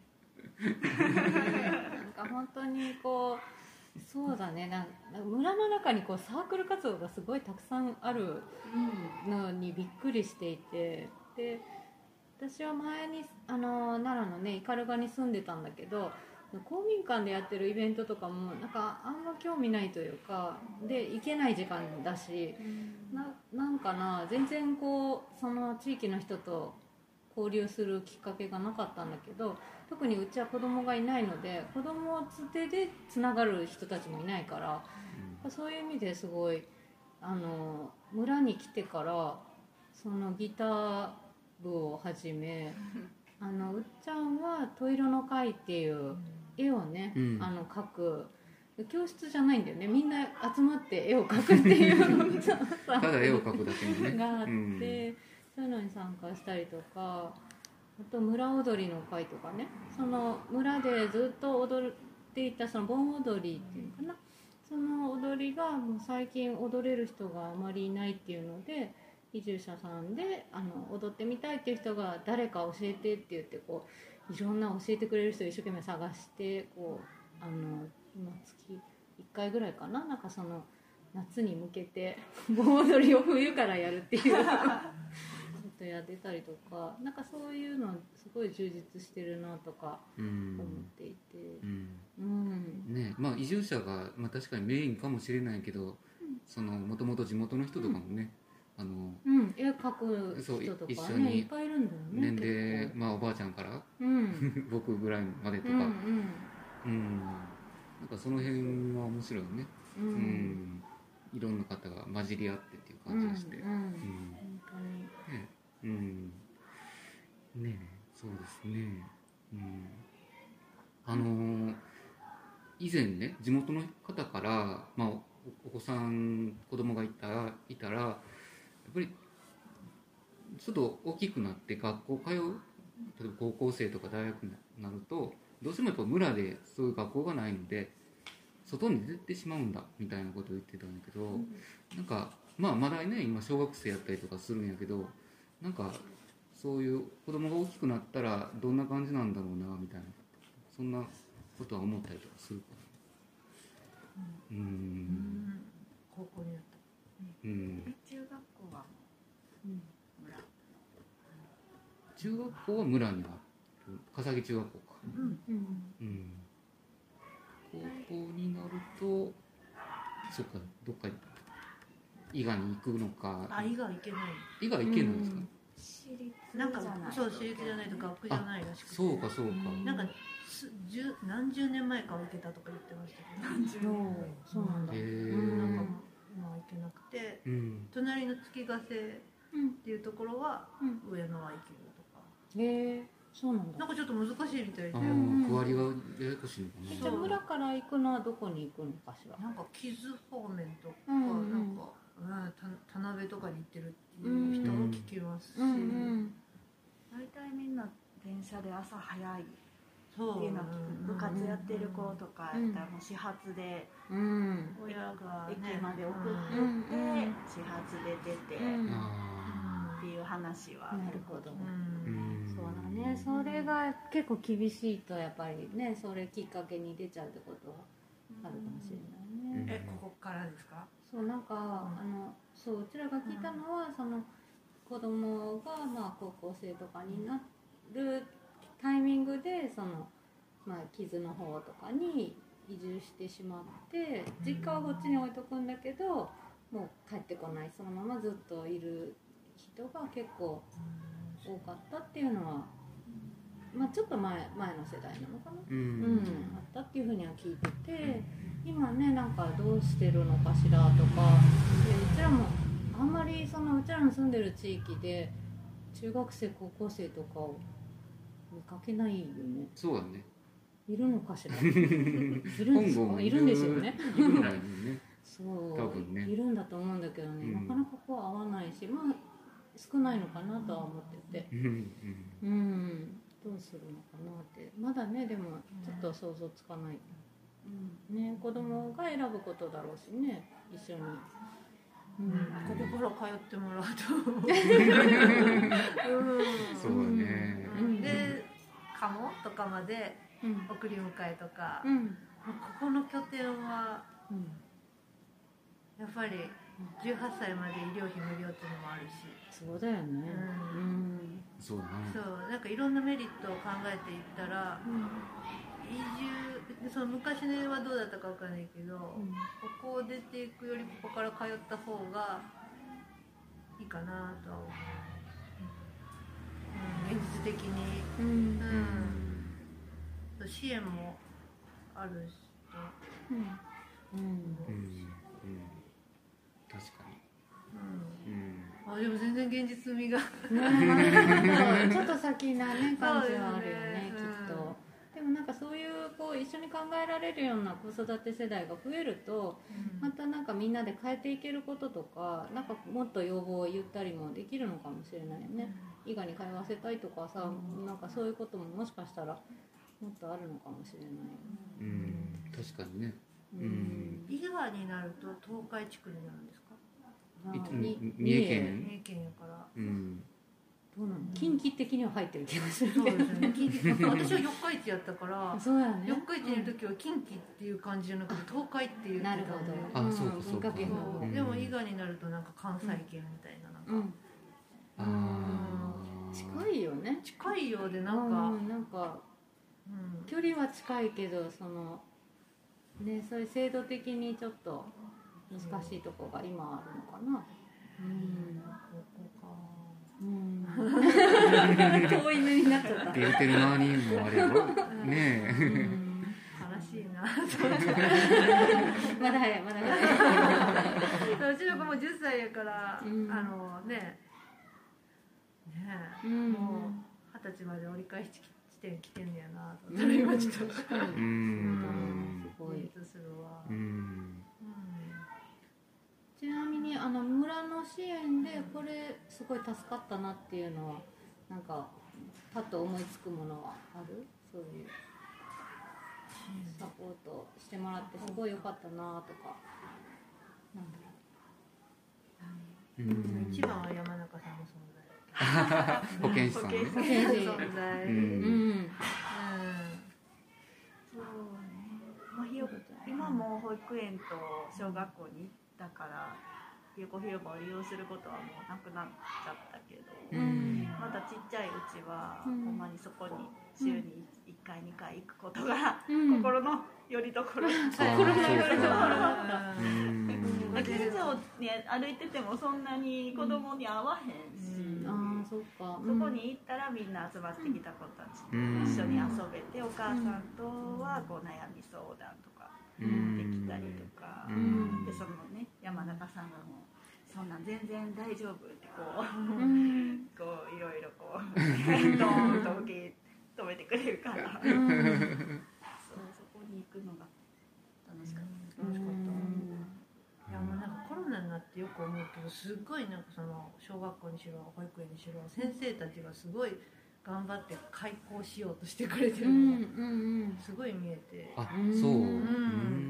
なんか本当にこう、そうだね、なん村の中にこうサークル活動がすごいたくさんあるのにびっくりしていて、で私は前にあの奈良のね斑鳩に住んでたんだけど、公民館でやってるイベントとかもなんかあんま興味ないというかで、行けない時間だし、な, なんかな全然こうその地域の人と交流するきっかけがなかったんだけど、特にうちは子供がいないので子供を連れてつながる人たちもいないから、うん、そういう意味ですごいあの村に来てからそのギター部を始め、あのうっちゃんは「戸色の会」っていう絵をね、うん、あの描く教室じゃないんだよね、みんな集まって絵を描くっていうただ絵を描くだけのねがあって、うん、そういうのに参加したりとか、あと村踊りの会とかね、その村でずっと踊っていたその盆踊りっていうのかな、その踊りがもう最近踊れる人があまりいないっていうので、移住者さんであの踊ってみたいっていう人が誰か教えてって言ってこういろんな教えてくれる人を一生懸命探してこうあの今月いっかいぐらいかな、なんかその夏に向けて盆踊りを冬からやるっていうことやってたりとか、なんかそういうのすごい充実してるなとか思っていて、 うんうんね、まあ移住者が、まあ、確かにメインかもしれないけど、うん、そのもともと地元の人とかもね、うん、あのうん、絵描く人とかねいっぱいいるんだよね。 年齢、まあ、おばあちゃんから、 うん、 僕ぐらいまでとか、うん、うん、なんかその辺は面白いよね、うんうん、いろんな方が混じり合ってっていう感じがして、うんうん、本当にね、うん、ね、そうですね、うん、あのー、以前ね地元の方から、まあ、お子さん子供がいたいたらやっぱりちょっと大きくなって学校通う、例えば高校生とか大学になるとどうしてもやっぱ村でそういう学校がないので外に出てしまうんだみたいなことを言ってたんだけど、うん、なんかまあまだね今小学生やったりとかするんやけど、なんかそういう子供が大きくなったらどんな感じなんだろうなみたいな、そんなことは思ったりとかするかな。うん、うん、 高校になった、 うん、中学校は村、 中学校は村には笠木中学校か、うんうん、高校になるとそっかどっか伊賀に行くのか。 あ、伊賀行けない。 伊賀行けないんですか、うん、 私立なんかそう私立じゃないと学区じゃないらしくて、 そうかそうか、 なんか十何十年前か受けたとか言ってましたけど、何十年そうなんだ、 へー、なんかまあ行けなくて、うん、隣の月ヶ瀬っていうところは上野は行けるとか、 へえ、そうなんだ。 なんかちょっと難しいみたいで、 区割りがややこしいのかな。 じゃあ村から行くのはどこに行くのかしら。 なんか木津方面とか、うんうん、なんか、うん、田辺とかに行ってるっていう人も聞きますし、うんうん、 大体みんな電車で朝早いっていうのは部活やってる子とかやったらもう始発で親が駅まで送ってって始発で出てっていう話は。 なるほど、そうだね、それが結構厳しいとやっぱりね、それきっかけに出ちゃうってことはあるかもしれないね。 え、ここからですか？ そうなんか、うん、あのそううちらが聞いたのは、うん、その子供がまあ高校生とかになるタイミングでそのまあ木津の方とかに移住してしまって実家はこっちに置いとくんだけどもう帰ってこない、そのままずっといる人が結構多かったっていうのは、まあ、ちょっと前前の世代なのかな、うん、うん、あったっていうふうには聞いてて、今ねなんかどうしてるのかしらとかで、うちらもあんまりそのうちらの住んでる地域で中学生高校生とかを見かけないよね。 そうだね。 いるのかしら。いるんですか？いるんですよね。 いるんだよね。 そう、多分ね。いるんだと思うんだけどね、うん、なかなかこう合わないし、まあ少ないのかなとは思ってて、うん、うん、どうするのかなってまだね、でもちょっと想像つかない。うん、ね、子供が選ぶことだろうしね、一緒に。 うん、ここから通ってもらうと、うん、 そうね、 うん、で鴨とかまで送り迎えとか、うん、ここの拠点は、うん、やっぱりじゅうはっさいまで医療費無料っていうのもあるし、 そうだよね、うん、 そうだね、 そうなんかいろんなメリットを考えていったら、うん、移住その昔はどうだったかわかんないけど、うん、ここを出ていくよりここから通った方がいいかなとは思う、うん、現実的に、うんうん、支援もあるし、うんうんうんうん、確かに、うんうん、 あでも全然現実味がちょっと先な、ね、感じはあるよね、きっと。でもなんかそういうこう一緒に考えられるような子育て世代が増えると、うん、またなんかみんなで変えていけることとか、なんかもっと要望を言ったりもできるのかもしれないよね。伊賀に通わせたいとかさ、うん、なんかそういうことももしかしたらもっとあるのかもしれない。 うん、確かにね。 うん、伊賀になると東海地区になるんですか？ 三重県。 三重県やから。 うん。 どうなの？近畿的には入ってる気がする。 そうですね。近畿。私は四日市やったから。 そうやね。 四日市の時は近畿っていう感じじゃなくて東海って言ってたんで。 なるほど。 あ、そうかそうか。 でも伊賀になるとなんか関西圏みたいななんか。 ああ。近いよね。 近いようでなんかなんか距離は近いけどその。ね、そういう制度的にちょっと難しいところが今あるのかな。うん、ここか。うん。遠い目になっちゃった。 って言ってる間にもあれやろ。ねえ。 悲しいな。 まだ早いまだ早い。 うちの子もじゅっさいやから、うん、あのね。ねえ、うん、もう二十歳まで折り返し地点来てんねやなと思ったら今ちょっと。うん。すごい。するわ。うん。 ちなみにあの村の支援でこれすごい助かったなっていうのはなんかパッと思いつくものはある？そういうサポートしてもらってすごい良かったなとか。なんだろう。 うん、一番は山中さんの存在。保健師さんね。 保健師の存在。うん。うん。 そうね。まあ、今も保育園と小学校に行ったからひよこ広場を利用することはもうなくなっちゃったけど、うん、まだちっちゃいうちは、うん、ほんまにそこに週にいっかいにかい行くことが、うん、心の拠り所、うん、心の拠り所だった。近所に歩いててもそんなに子供に会わへんし、うん、あ、そっか、そこに行ったらみんな集まってきた子たちと一緒に遊べて、お母さんとはこう悩み相談とかできたりとか、でそのね山中さんがもうそんなん全然大丈夫ってこう、うん、こういろいろこうドーンと受け止めてくれるから、うん、そうそこに行くのが楽しかった。楽しかった。 いやもうなんかコロナになってよく思うけどすっごいなんかその小学校にしろ保育園にしろ先生たちがすごい頑張って開校しようとしてくれてるのがすごい見えて、 あ、そう、うん、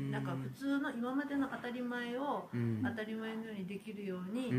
なんか普通の今までの当たり前を当たり前のようにできるように、うん、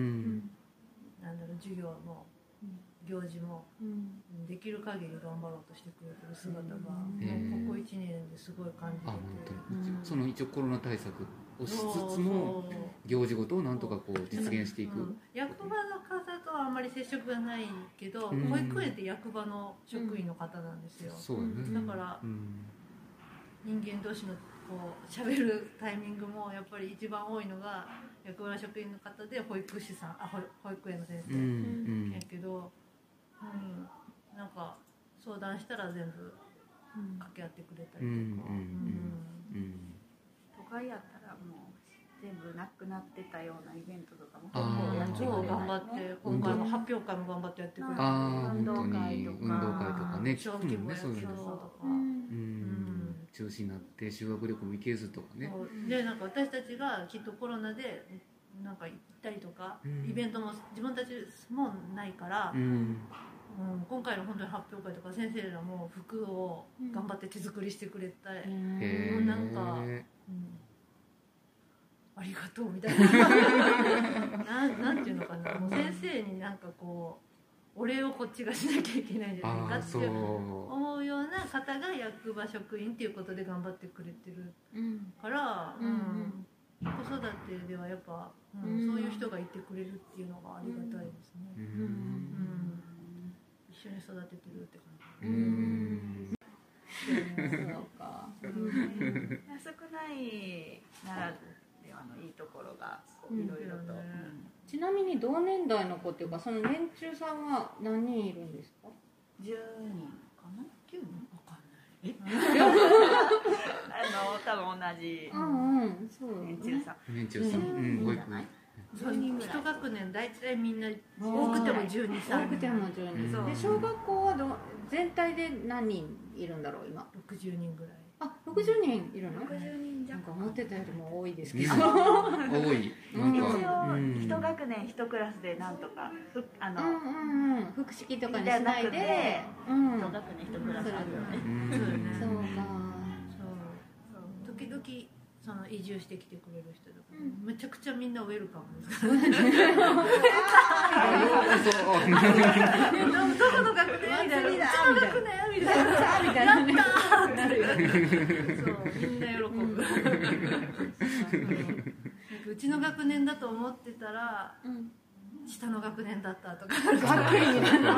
なんだろう授業も行事もできる限り頑張ろうとしてくれてる姿が、うん、ここいちねんですごい感じてて、 うん、その一応コロナ対策をしつつも行事ごとをなんとかこう実現していく、うん、 役場の方とはあんまり接触がないけど、うん、保育園って役場の職員の方なんですよ、うん、 そうね、 だから、うん、人間同士のこう喋るタイミングもやっぱり一番多いのが役場の職員の方で保育士さん、あ、保育園の先生やけど、うん、なんか相談したら全部掛け合ってくれたりとか、 都会やったらもう全部なくなってたようなイベントとかも結構頑張って、今回も発表会も頑張ってやってくれて、 運動会とか運動会とかね、 小規模野球とか、 中止になって修学旅行も行けずとかね。 でなんか私たちがきっとコロナでなんか行ったりとか、うん、イベントも自分たちもないから、うんうん、今回の本当に発表会とか先生らも服を頑張って手作りしてくれたり、うん、なんか、うん、ありがとうみたいなな, なんていうのかな、もう先生になんかこうお礼をこっちがしなきゃいけないんじゃないかって思うような方が役場職員っていうことで頑張ってくれてるから、うんうん、子育てではやっぱ、うん、そういう人がいてくれるっていうのがありがたいですね、うんうん、一緒に育ててるって感じ。うん、 そうか、うん、少ないならではのいいところがいろいろと、うん、 ちなみに同年代の子っていうかその年中さんは何人いるんですか？ じゅうにんかな、 きゅうにんわかんない。 あの多分同じ年中さん、 年中さん、うん、保育園じゅうにんぐらい。一学年大体みんな多くてもじゅうに、さんにん。 多くてもじゅうにん。で小学校はど全体で何人いるんだろう今？ ろくじゅうにんぐらい。 あ、ろくじゅうにんいるの？ ろくじゅうにんじゃん。 なんか思ってたよりも多いですけど。 多い。 なんか一応一学年一クラスでなんとかあの、 うんうんうん、複式とかにしないで、 うん、一学年一クラスあるよね。 その移住してきてくれる人とか、ね、うん、めちゃくちゃみんなウェルカムですからね。どこの学年みたいな、うちの学年みたいな、やったーってなるよ。そう、みんな喜ぶ。うちの学年だと思ってたら、うん、下の学年だったとか、学年になる。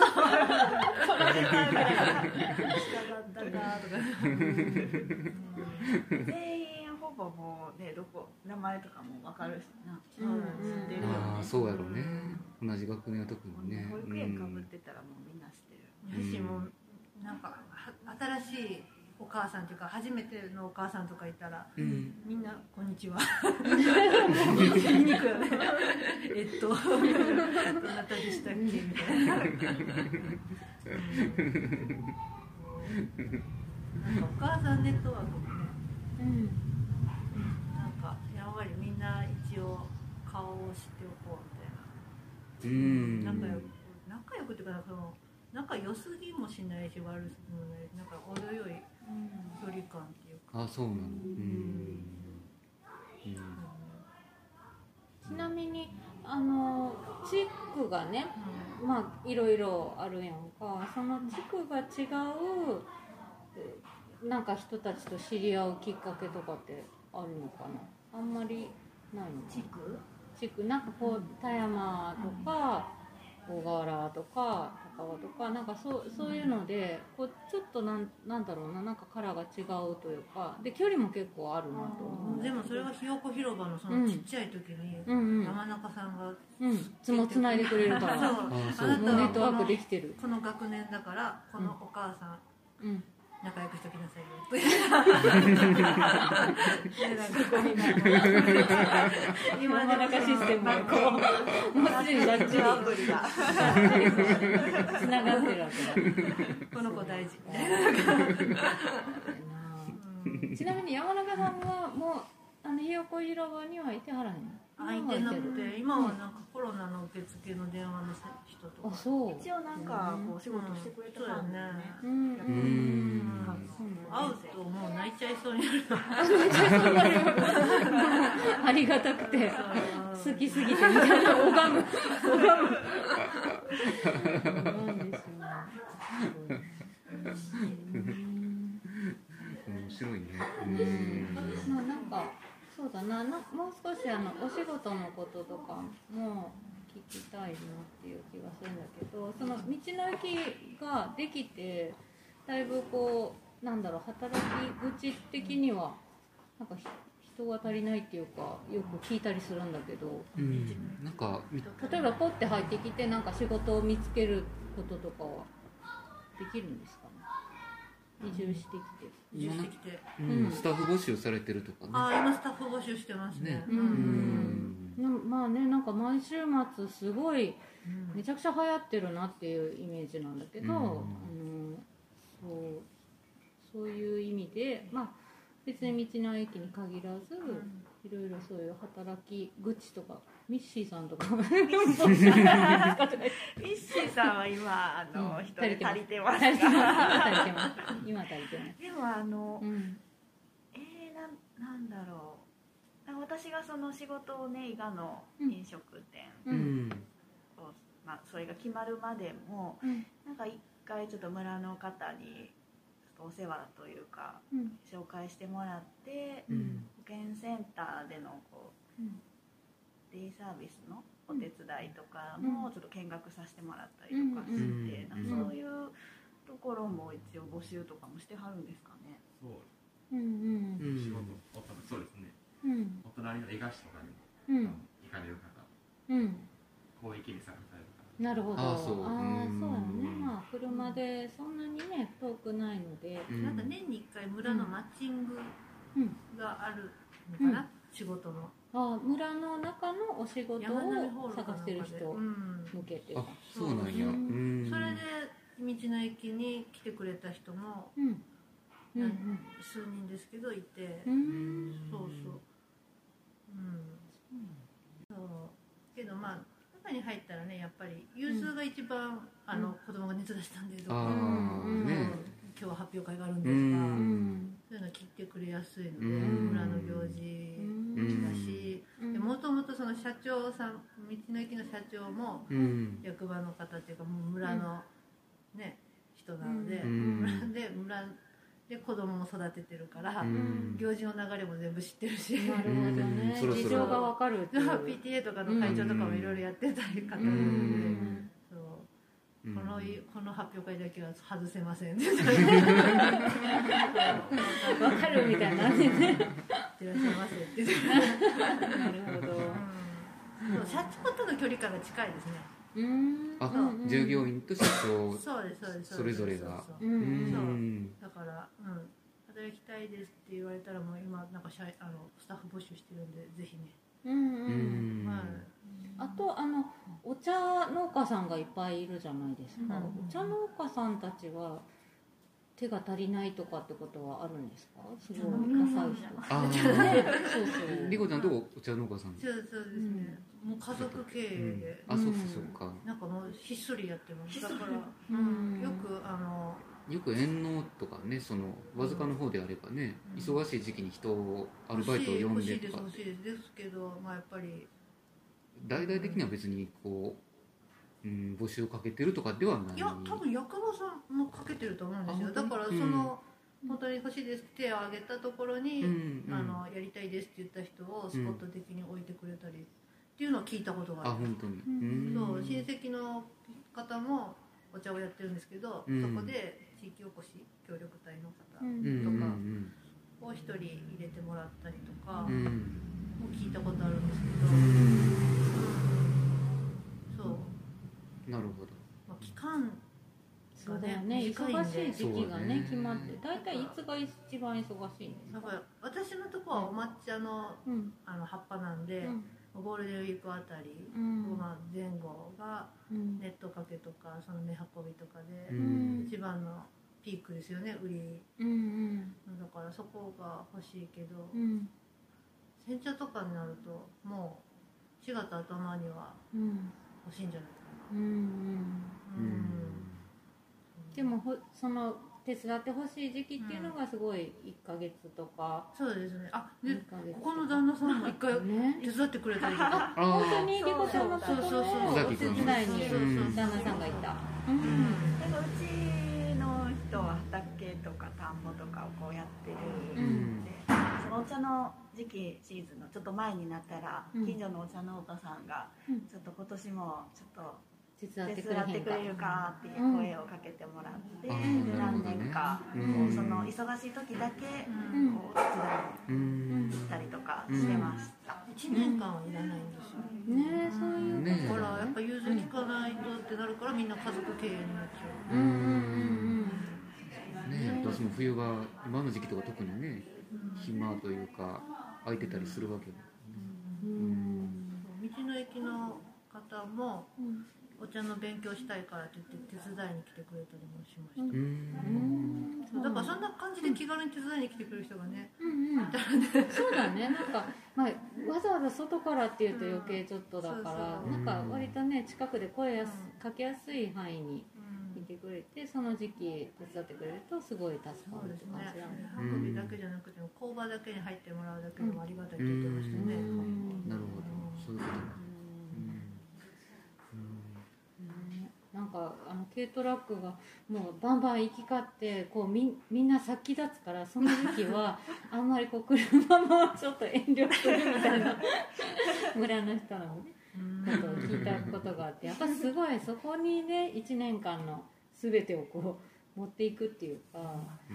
下だったかとか。 全員ほぼもうね、どこ名前とかも分かるしな。 うん、知ってるよね。ああ、そうやろうね。同じ学年の時にね。 保育園かぶってたらもうみんな知ってる。 私もなんか新しいお母さんというか初めてのお母さんとかいたら、うん、みんなこんにちは。言いにくいよね。えっとどなたでしたっけみたいな。なんかお母さんネットワークもね、うん、なんかやんわりみんな一応顔を知っておこうみたいな。うん、仲良く仲良くっていうかその仲良すぎもしないし悪すぎもないし、なんか程よい距離感っていうか。 あ、そうなの。うん、 うん、ちなみにあの地区がね、うん、まあいろいろあるやんか。その地区が違うなんか人たちと知り合うきっかけとかってあるのかな。あんまりないの。 地区？ 地区なんかこう田山とか大河原とか高尾とかなんかそうそういうのでこうちょっとなんなんだろうな、なんかカラーが違うというかで距離も結構あるなと思う。 でもそれはひよこ広場のそのちっちゃい時に、うんうん、山中さんがつもつないでくれるから、そうあなたはネットワークできてる。 この学年だからこのお母さん、うん、仲良くしときなさいよ。 今山中システムがこうもうすでにバッチリアプリがつながってるわけだ。 この子大事。 ちなみに山中さんはもうあのひよこ広場にはいてはらへん。 あ、いてなくて、今はなんかコロナの受付の電話の人とか。 あ、そう。 一応なんかこう仕事してくれたからね。 うん。会うともう泣いちゃいそうになる。 ありがたくて好きすぎてみたいな拝む拝む。 面白いね。 まあなんかそうだな、なもう少しあのお仕事のこととかも聞きたいなっていう気がするんだけど、その道の駅ができてだいぶこうなんだろう働き口的にはなんか人が足りないっていうかよく聞いたりするんだけど、 うん、なんか例えばポッて入ってきてなんか仕事を見つけることとかはできるんですかね。移住してきて移住してきて、 うん、スタッフ募集されてるとかね。 あ、今スタッフ募集してますね。ね、 うん、うん、まあね、なんか毎週末すごいめちゃくちゃ流行ってるなっていうイメージなんだけど、うん、あのそうそういう意味で、まあ別に道の駅に限らず、いろいろそういう働き口とかミッシーさんとかミッシーさんは今あの、うん、一人足りてますか。 足りてます今足りてます。 でもあの、うん、えー、な, なんだろう私がその仕事をね伊賀の飲食店を、うん、まあ、それが決まるまでも、うん、なんか一回ちょっと村の方にお世話というか、うん、紹介してもらって、うん、保健センターでのこう、うん、デイサービスのお手伝いとかもちょっと見学させてもらったりとかして、うん、なんかそういうところも一応募集とかもしてはるんですかね。 そう、うんうん、仕事おそうですね、うん、お隣の伊賀市とかにも、うん、行かれる方、うん、広域に探される方。 なるほど。 ああ、そう。 ああ、そうだね。まあ車でそんなにね遠くないので、 うん、なんか年にいっかい村のマッチングがあるのかな、うん、仕事の。 ああ、村の中のお仕事を探してる人向けて。 あ、そうなんや。うん、 それで道の駅に来てくれた人も、うんうんうん、数人ですけどいて、うん、そうそう。うん。そう。けどまあ。中に入ったらね、やっぱり融通が一番、うん、あの子供が熱出したんでとか、うん、ね、今日は発表会があるんですが、うん、そういうの来てくれやすいので、村の行事だし、もともとその社長さん、道の駅の社長も役場の方っていうかもう村のね人なので、村で村で子供も育ててるから、行事の流れも全部知ってるし、 なるほどね、事情が分かるっていう。 ピーティーエー とかの会長とかもいろいろやってたり方なので、このこの発表会だけは外せませんって分かるみたいな感じでね、いってらっしゃいませって言ってなるほど、うん、社長との距離感が近いですね。 うん、 あ、従業員と社長そうですそうですそれぞれが、 そうだから、うん、働きたいですって言われたらもう今なんか社あのスタッフ募集してるんでぜひね。 うんうん、はい。あとあのお茶農家さんがいっぱいいるじゃないですか、うん、お茶農家さんたちは手が足りないとかってことはあるんですか？すごい若い人。 ああ、そうそう。リコちゃんどこお茶農家さん？ そうそうですね。もう家族経営で。 あ、そうかそうか。 なんかもうひっそりやってます。だから、うん、よくあのよく遠農とかね、そのわずかの方であればね、忙しい時期に人をアルバイトを呼んでとか。 欲しいです欲しいですですけど、まあやっぱり大々的には別にこう、うん、募集をかけてるとかではない。 いや、多分役場さんもかけてると思うんですよ。だからその、うん、本当に欲しいですって手を挙げたところに、うんうん、あのやりたいですって言った人をスポット的に置いてくれたりっていうのを聞いたことがある。 あ、本当に。 そう、親戚の方もお茶をやってるんですけど、うん、そこで地域おこし協力隊の方とかを一人入れてもらったりとか。うんも聞いたことあるんですけど、うん、そうなるほど、 まあ、期間そうだよね、忙しい時期がね決まって大体いつが一番忙しいんですか？ だから私のとこはお抹茶の、うん、あの葉っぱなんで、うん、ゴールデンウィークあたり、うんまあ、前後がネットかけとかその目運びとかで、うん、一番のピークですよね売り、うんうん、だからそこが欲しいけど、うん煎茶とかになるともうしがつ頭には欲しいんじゃないかな、うんうんうん、でもほその手伝ってほしい時期っていうのがすごいいっかげつとか、 うん、そうですね。あでここの旦那さんもいっかい手伝ってくれたりとか、 あ本当にリコちゃんのところのお手伝いに旦那さんがいた、うんうん、 でうちの人は畑とか田んぼとかをこうやってる、うん、でそのお茶の時期シーズンのちょっと前になったら、うん、近所のお茶農家さんが、うん、ちょっと今年もちょっと手伝ってくれるかっていう声をかけてもらって、うん、何年か、うん、その忙しい時だけ、うん、こう手伝いに行ったりとかしてました、 うん、いちねんかんはいらないんですよね。そういうねだからやっぱ融通きかないとってなるからみんな家族経営になっちゃう、 うんうんうんね、どうしても冬が今の時期とか特にね暇というか空いてたりするわけだ、 うんうん、道の駅の方もお茶の勉強したいからって言って手伝いに来てくれたりもしました、うんうん、だからそんな感じで気軽に手伝いに来てくれる人がね、うんうん、いたらねそうだねなんか、まあ、わざわざ外からっていうと余計ちょっとだから、うん、なんか割とね近くで声やす、うん、かけやすい範囲にいてくれてその時期手伝ってくれるとすごい助かるって感じなんですね。 運びだけじゃなくても工場だけに入ってもらうだけでもありがたいって言ってましたね、うん、 なるほどそういうことなんかあの軽トラックがもうバンバン行き交ってこう み, みんな先立つからその時期はあんまりこう車もちょっと遠慮するみたいな村の人のことを聞いたことがあってやっぱすごいそこにねいちねんかんの全てをこう持っていくっていうか、うん、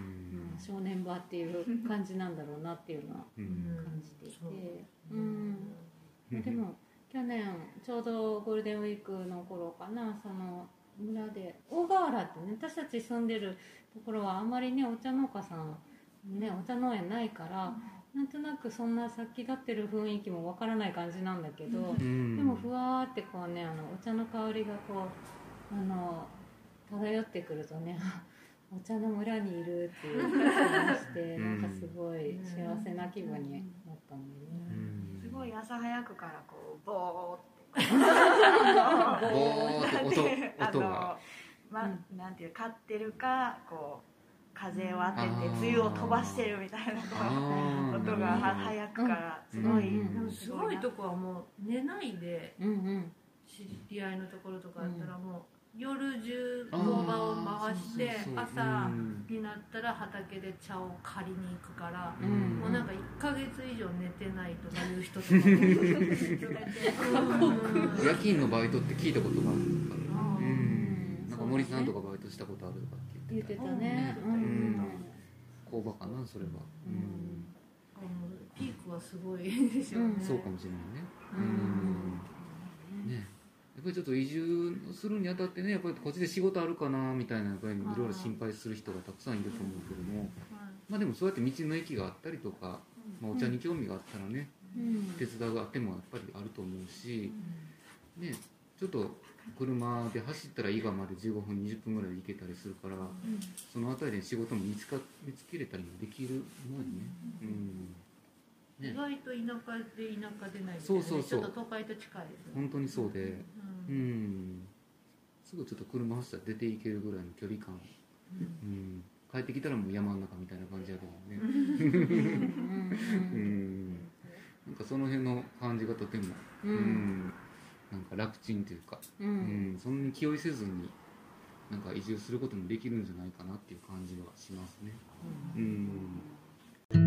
正念場っていう感じなんだろうなっていうのは感じていて、うんうん、でも去年ちょうどゴールデンウィークの頃かなその村で大河原ってね私たち住んでるところはあんまりねお茶農家さんねお茶農園ないからなんとなくそんな先立ってる雰囲気もわからない感じなんだけど、うん、でもふわーってこうねあのお茶の香りがこうあの漂ってくるとねお茶の村にいるっていう感じがしてなんかすごい幸せな気分になったんだよね、 うん、すごい朝早くからこうボーってボーって音音がまあ、なんていう飼ってるかこ風を当てて梅雨を飛ばしてるみたいな音が早くからすごい、 うんうん、すごいとこはもう寝ないで、うんうん、知り合いのところとかだったらもう夜中工場を回して朝になったら畑で茶を借りに行くから、うん、もうなんかいっかげつ以上寝てないとかいう人とかも夜勤のバイトって聞いたことがあるから、うん、なんか森さんとかバイトしたことあるとかって言ってた言ってたね、うんうん、 工場かなそれは、うん、 ピークはすごいでしょうね、 うん、そうかもしれないね、うん、ねやっぱりちょっと移住するにあたってねやっぱりこっちで仕事あるかなみたいなやっぱりいろいろ心配する人がたくさんいると思うけども、まあでもそうやって道の駅があったりとか、まあ、お茶に興味があったらね、うん、手伝うがあってもやっぱりあると思うし、ね、ちょっと車で走ったら伊賀までじゅうごふんにじゅっぷんぐらいで行けたりするから、うん、そのあたりで仕事も見つか見つけれたりもできるのにね、うんね、意外と田舎で田舎でないみたいな、ね、 そうそうそう、 ちょっと都会と近いですね。 本当にそうで、うんうん、すぐちょっと車走ったら出ていけるぐらいの距離感、うんうん、帰ってきたらもう山の中みたいな感じやけどね、うん、なんかその辺の感じがとても、うんうん、なんか楽ちんというか、うんうん、そんなに気負いせずになんか移住することもできるんじゃないかなっていう感じはしますね、うんうん、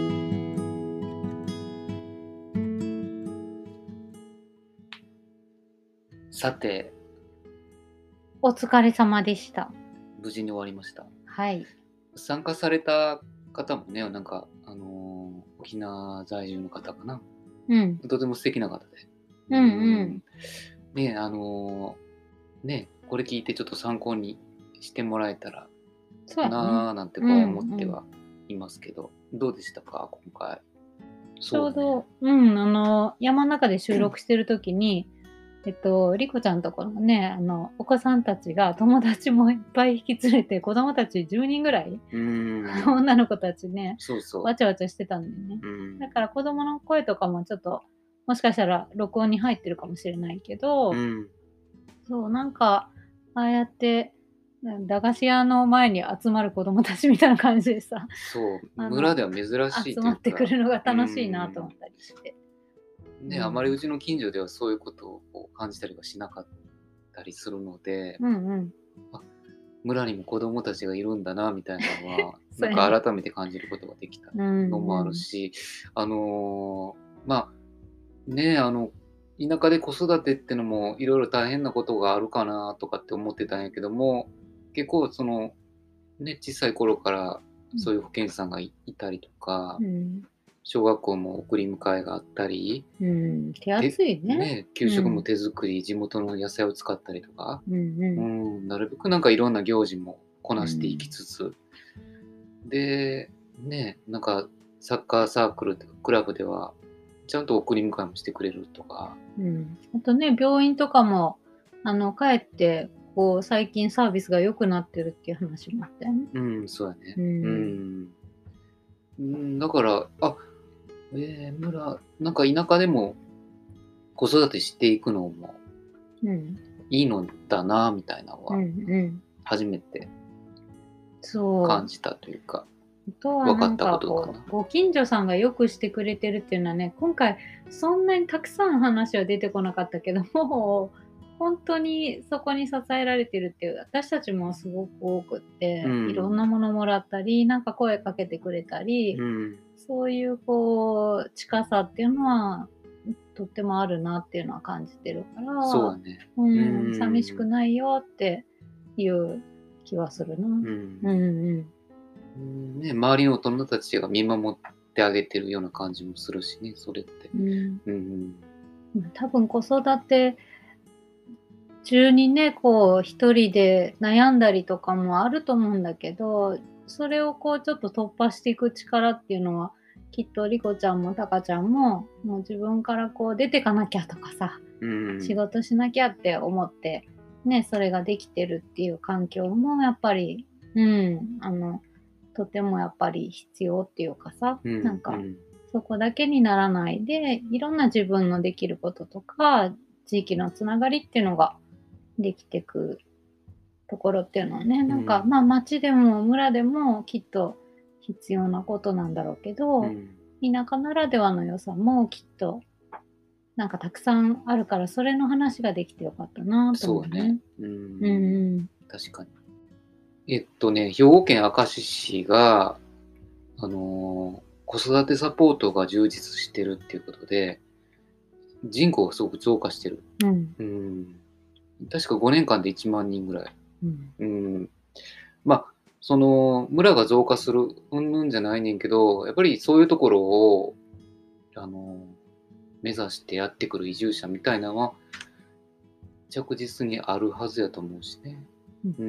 さてお疲れ様でした。 無事に終わりました。 はい。 参加された方もね、なんかあのー、沖縄在住の方かな。うん。とても素敵な方で。うんうん。うん、ねあのー、ねこれ聞いてちょっと参考にしてもらえたらなーなんてこう思ってはいますけど、うんうん、どうでしたか今回。 ちょうどう、ね、うんあの山の中で収録してる時に。えっと、リコちゃんとこのね、あの、お子さんたちが友達もいっぱい引き連れて、子供たちじゅうにんぐらい、うん女の子たちね、そうそうわちゃわちゃしてたんだよね。うんだから子供の声とかもちょっと、もしかしたら録音に入ってるかもしれないけど、うん、そう、なんか、ああやって、駄菓子屋の前に集まる子供たちみたいな感じでさ、 そう村では珍しいというか集まってくるのが楽しいなと思ったりして。 ね、うん、あまりうちの近所ではそういうことをこう感じたりはしなかったりするので、うんうん、あ村にも子供たちがいるんだなみたいなのはなんか改めて感じることができたのもあるし、うんうん、あのー、まあねあの田舎で子育てってのもいろいろ大変なことがあるかなとかって思ってたんやけども、結構そのね小さい頃からそういう保健師さんが い, いたりとか、うん小学校も送り迎えがあったり、 うん、手厚い ね, ね給食も手作り、うん、地元の野菜を使ったりとか、うんうんうん、なるべくなんかいろんな行事もこなしていきつつ、うん、でねなんかサッカーサークルとかクラブではちゃんと送り迎えもしてくれるとか、 うん、あとね病院とかもあの帰ってこう最近サービスが良くなってるっていう話もあったよね。 うんそうだね。うん、うん、だからあえー、村なんか田舎でも子育てしていくのもいいのだなみたいなのは初めて感じたというか、分かったことかな。 ご近所さんがよくしてくれてるっていうのはね、今回そんなにたくさん話は出てこなかったけども本当にそこに支えられてるっていう私たちもすごく多くって、うん、いろんなものもらったりなんか声かけてくれたり、うん、そういうこう近さっていうのはとってもあるなっていうのは感じてるから、 そうだね、 うん、うん寂しくないよっていう気はするな、うんうんうんね、周りの大人たちが見守ってあげてるような感じもするしねそれって、うんうんうん、多分子育て中にねこう一人で悩んだりとかもあると思うんだけど、それをこうちょっと突破していく力っていうのはきっとリコちゃんもタカちゃんももう自分からこう出てかなきゃとかさ、うん、仕事しなきゃって思ってねそれができてるっていう環境もやっぱりうんあのとてもやっぱり必要っていうかさ、うん、なんか、うん、そこだけにならないでいろんな自分のできることとか地域のつながりっていうのができてくところっていうのはね、なんか、 うん、 まあ町でも村でもきっと必要なことなんだろうけど、うん、田舎ならではの良さもきっとなんかたくさんあるから、それの話ができてよかったなと思うね。そうね。うん。うん、 確かに。えっとね、兵庫県明石市が、あのー、子育てサポートが充実してるっていうことで、人口がすごく増加してる。うん。うん、確かごねんかんでいちまんにんぐらい。うん。うん、まあ、その、村が増加する、うんぬんじゃないねんけど、やっぱりそういうところを、あのー、目指してやってくる移住者みたいなのは、着実にあるはずやと思うしね。うん。うん、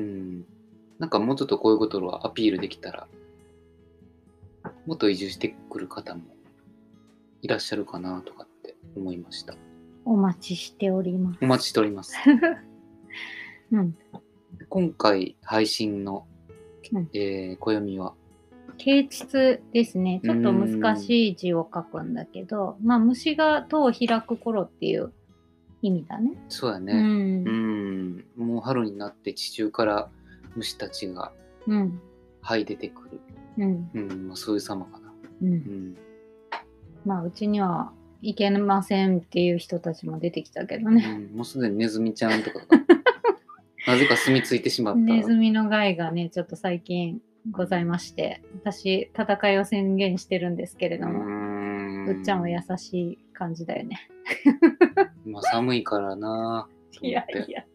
なんかもうちょっとこういうことをアピールできたら、もっと移住してくる方もいらっしゃるかなとかって思いました。 お待ちしております。 お待ちしております。うん、今回配信の、うんえー、暦は啓蟄ですね。ちょっと難しい字を書くんだけど、まあ虫が戸を開く頃っていう意味だね。 そうだね。うん、うんもう春になって地中から虫たちが這い出てくる。うんうんまあ、そういう様かな。うんうん、 まあうちにはいけませんっていう人たちも出てきたけどね。 うん、もうすでにネズミちゃんとかがなぜか住み着いてしまった。 ネズミの害がねちょっと最近ございまして、私戦いを宣言してるんですけれども、うっちゃんは優しい感じだよね。 まあ寒いからな。 いやいや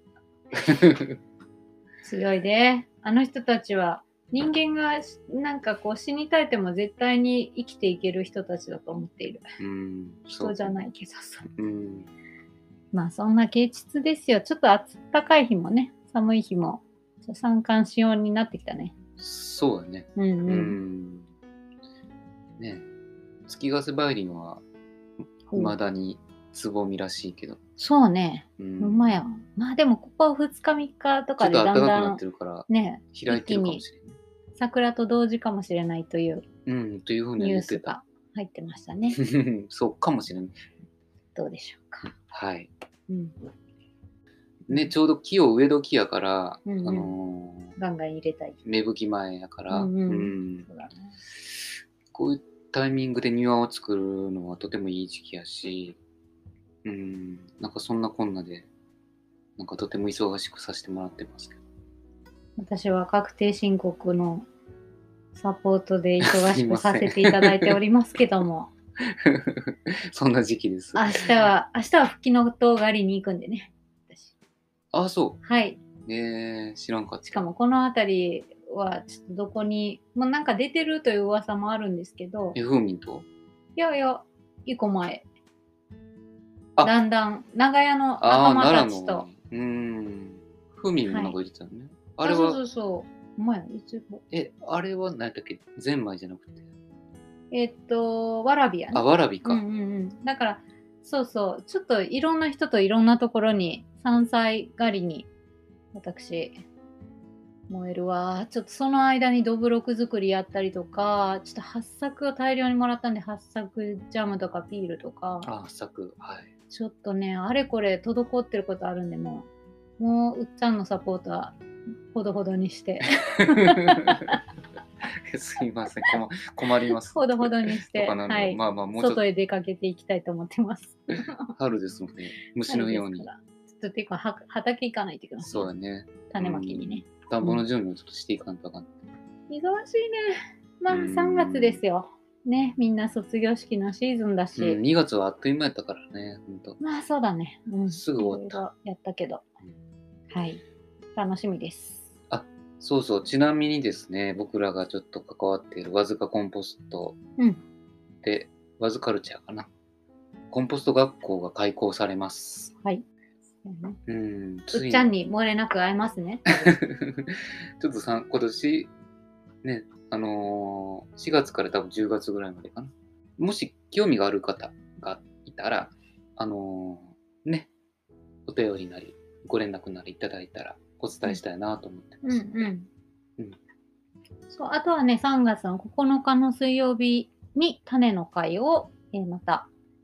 強いで、あの人たちは人間がなんかこう死に絶えても絶対に生きていける人たちだと思っている。うん、人じゃないけどさ。うん、まあそんな啓蟄ですよ。ちょっと暖かい日もね、寒い日も三寒四温になってきたね。 そうだね。うんうん。うんね、月ヶ瀬梅林はいまだにつぼみらしいけど。 そうね。うん。ほんまや。まあでもここふつかみっかとかでだんだんちょっと暖かくなってるからね、開いてるかもしれない。 桜と同時かもしれないという、 うん、というふうにニュースが入ってましたね。 そうかもしれない。 どうでしょうか。 はい。うん、ね、ちょうど木を植え時やから、 うんうん、あのー、ガンガン入れたい。 芽吹き前やから、うんうんうんそうだね、こういうタイミングで庭を作るのはとてもいい時期やし、うん、なんかそんなこんなで、なんかとても忙しくさせてもらってますけど。 私は確定申告のサポートで忙しくさせていただいておりますけどもそんな時期です。 明日は明日は吹きのとう狩りに行くんでね、私。 ああそう。 はい。 えー、知らんかった。 しかもこの辺りはちょっとどこにもうなんか出てるという噂もあるんですけど。 え、風味と？ いやいや、一個前。だんだん長屋の仲間たちと。 うーん。風味もなんか言ってたよね。 はい、あれは。そうそうそう。前いつも。 え、あれは何だっけ？ゼンマイじゃなくて。 えっと、わらびやね。 あ、わらびか。 うんうんうん。だから、そうそう、ちょっといろんな人といろんなところに、山菜狩りに、私、燃えるわ。ちょっとその間にどぶろく作りやったりとか、ちょっと八作を大量にもらったんで、八作ジャムとかビールとか。 あ、八作、はい。 ちょっとね、あれこれ滞ってることあるんで、もう、もう、うっちゃんのサポートは、ほどほどにして。 すいません、困ります。 ほどほどにして、 はい、まあまあもうちょっと外へ出かけていきたいと思ってます。 春ですので、虫のように。 ちょっとっていうか、は畑行かないといけない。 そうだね。 種まきにね。 田んぼの準備をちょっとしていかんとあかん。 忙しいね。まあさんがつですよ。ね、みんな卒業式のシーズンだし。 うん、にがつはあっという間やったからね、ほんと。 まあそうだね。うん、 すぐ終わった。 やったけど。はい。楽しみです。 あ、そうそう。ちなみにですね、僕らがちょっと関わっているわずかコンポストで、うん、わずカルチャーかな。コンポスト学校が開校されます。 はい。 うん。 うっちゃんに漏れなく会えますね。 ちょっとさ、今年、ね、あのー、しがつから多分じゅうがつぐらいまでかな。もし興味がある方がいたら、あのー、ね、お便りなり、ご連絡なりいただいたらお伝えしたいなと思ってます。うんうんうん、 そう、あとはね、さんがつのここのかの水曜日に種の会を、えー、また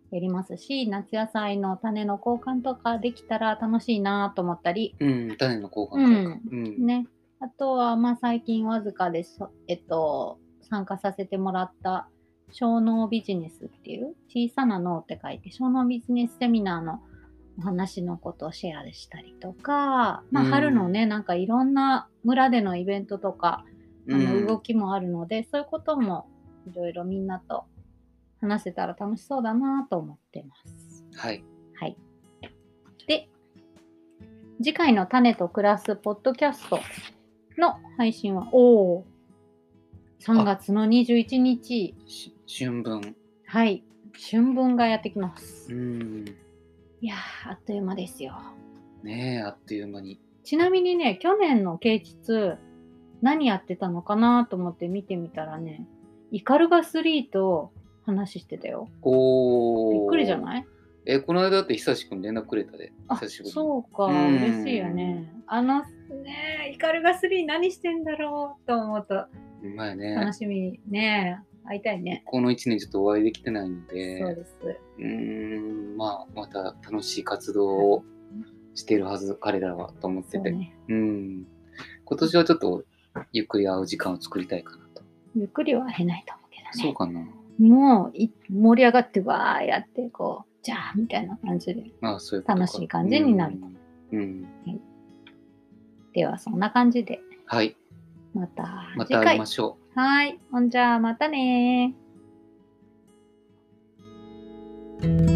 やりますし、夏野菜の種の交換とかできたら楽しいなと思ったり。 うん、種の交換とか。 うん。うん、ね。あとは、まあ最近わずかです、えっと、参加させてもらった小脳ビジネスっていう、小さな脳って書いて、小脳ビジネスセミナーのお話のことをシェアしたりとか、まあ春のね、うん、なんかいろんな村でのイベントとか、あの動きもあるので、うん、そういうこともいろいろみんなと話せたら楽しそうだなと思ってます。 はい。 はい。で、次回の種と暮らすポッドキャストの配信は、おー、さんがつのにじゅういちにち。 春分。 はい。春分がやってきます。 うん。 いやー、あっという間ですよ。 ねえ、あっという間に。 ちなみにね、去年の啓蟄、何やってたのかなと思って見てみたらね、イカルガスリーと話してたよ。 おー。 びっくりじゃない？ え、この間だって久しくん連絡くれたで。久しぶりに。 そうか、嬉しいよね。あのね、イカルガスリー何してんだろうと思うと。 うまいね。 楽しみね。会いたいね。 このいちねんちょっとお会いできてないので。 そうです。 うーん、まあ、また楽しい活動をしているはず、彼らはと思ってて。ね、うん。今年はちょっとゆっくり会う時間を作りたいかなと。 ゆっくりは会えないと思うけどね。 そうかな。 もうい盛り上がってわーやってこうじゃあみたいな感じで楽しい感じになると。 うんうんはい、ではそんな感じで、 はい、 またまた会いましょう。はい、ほんじゃあまたねー。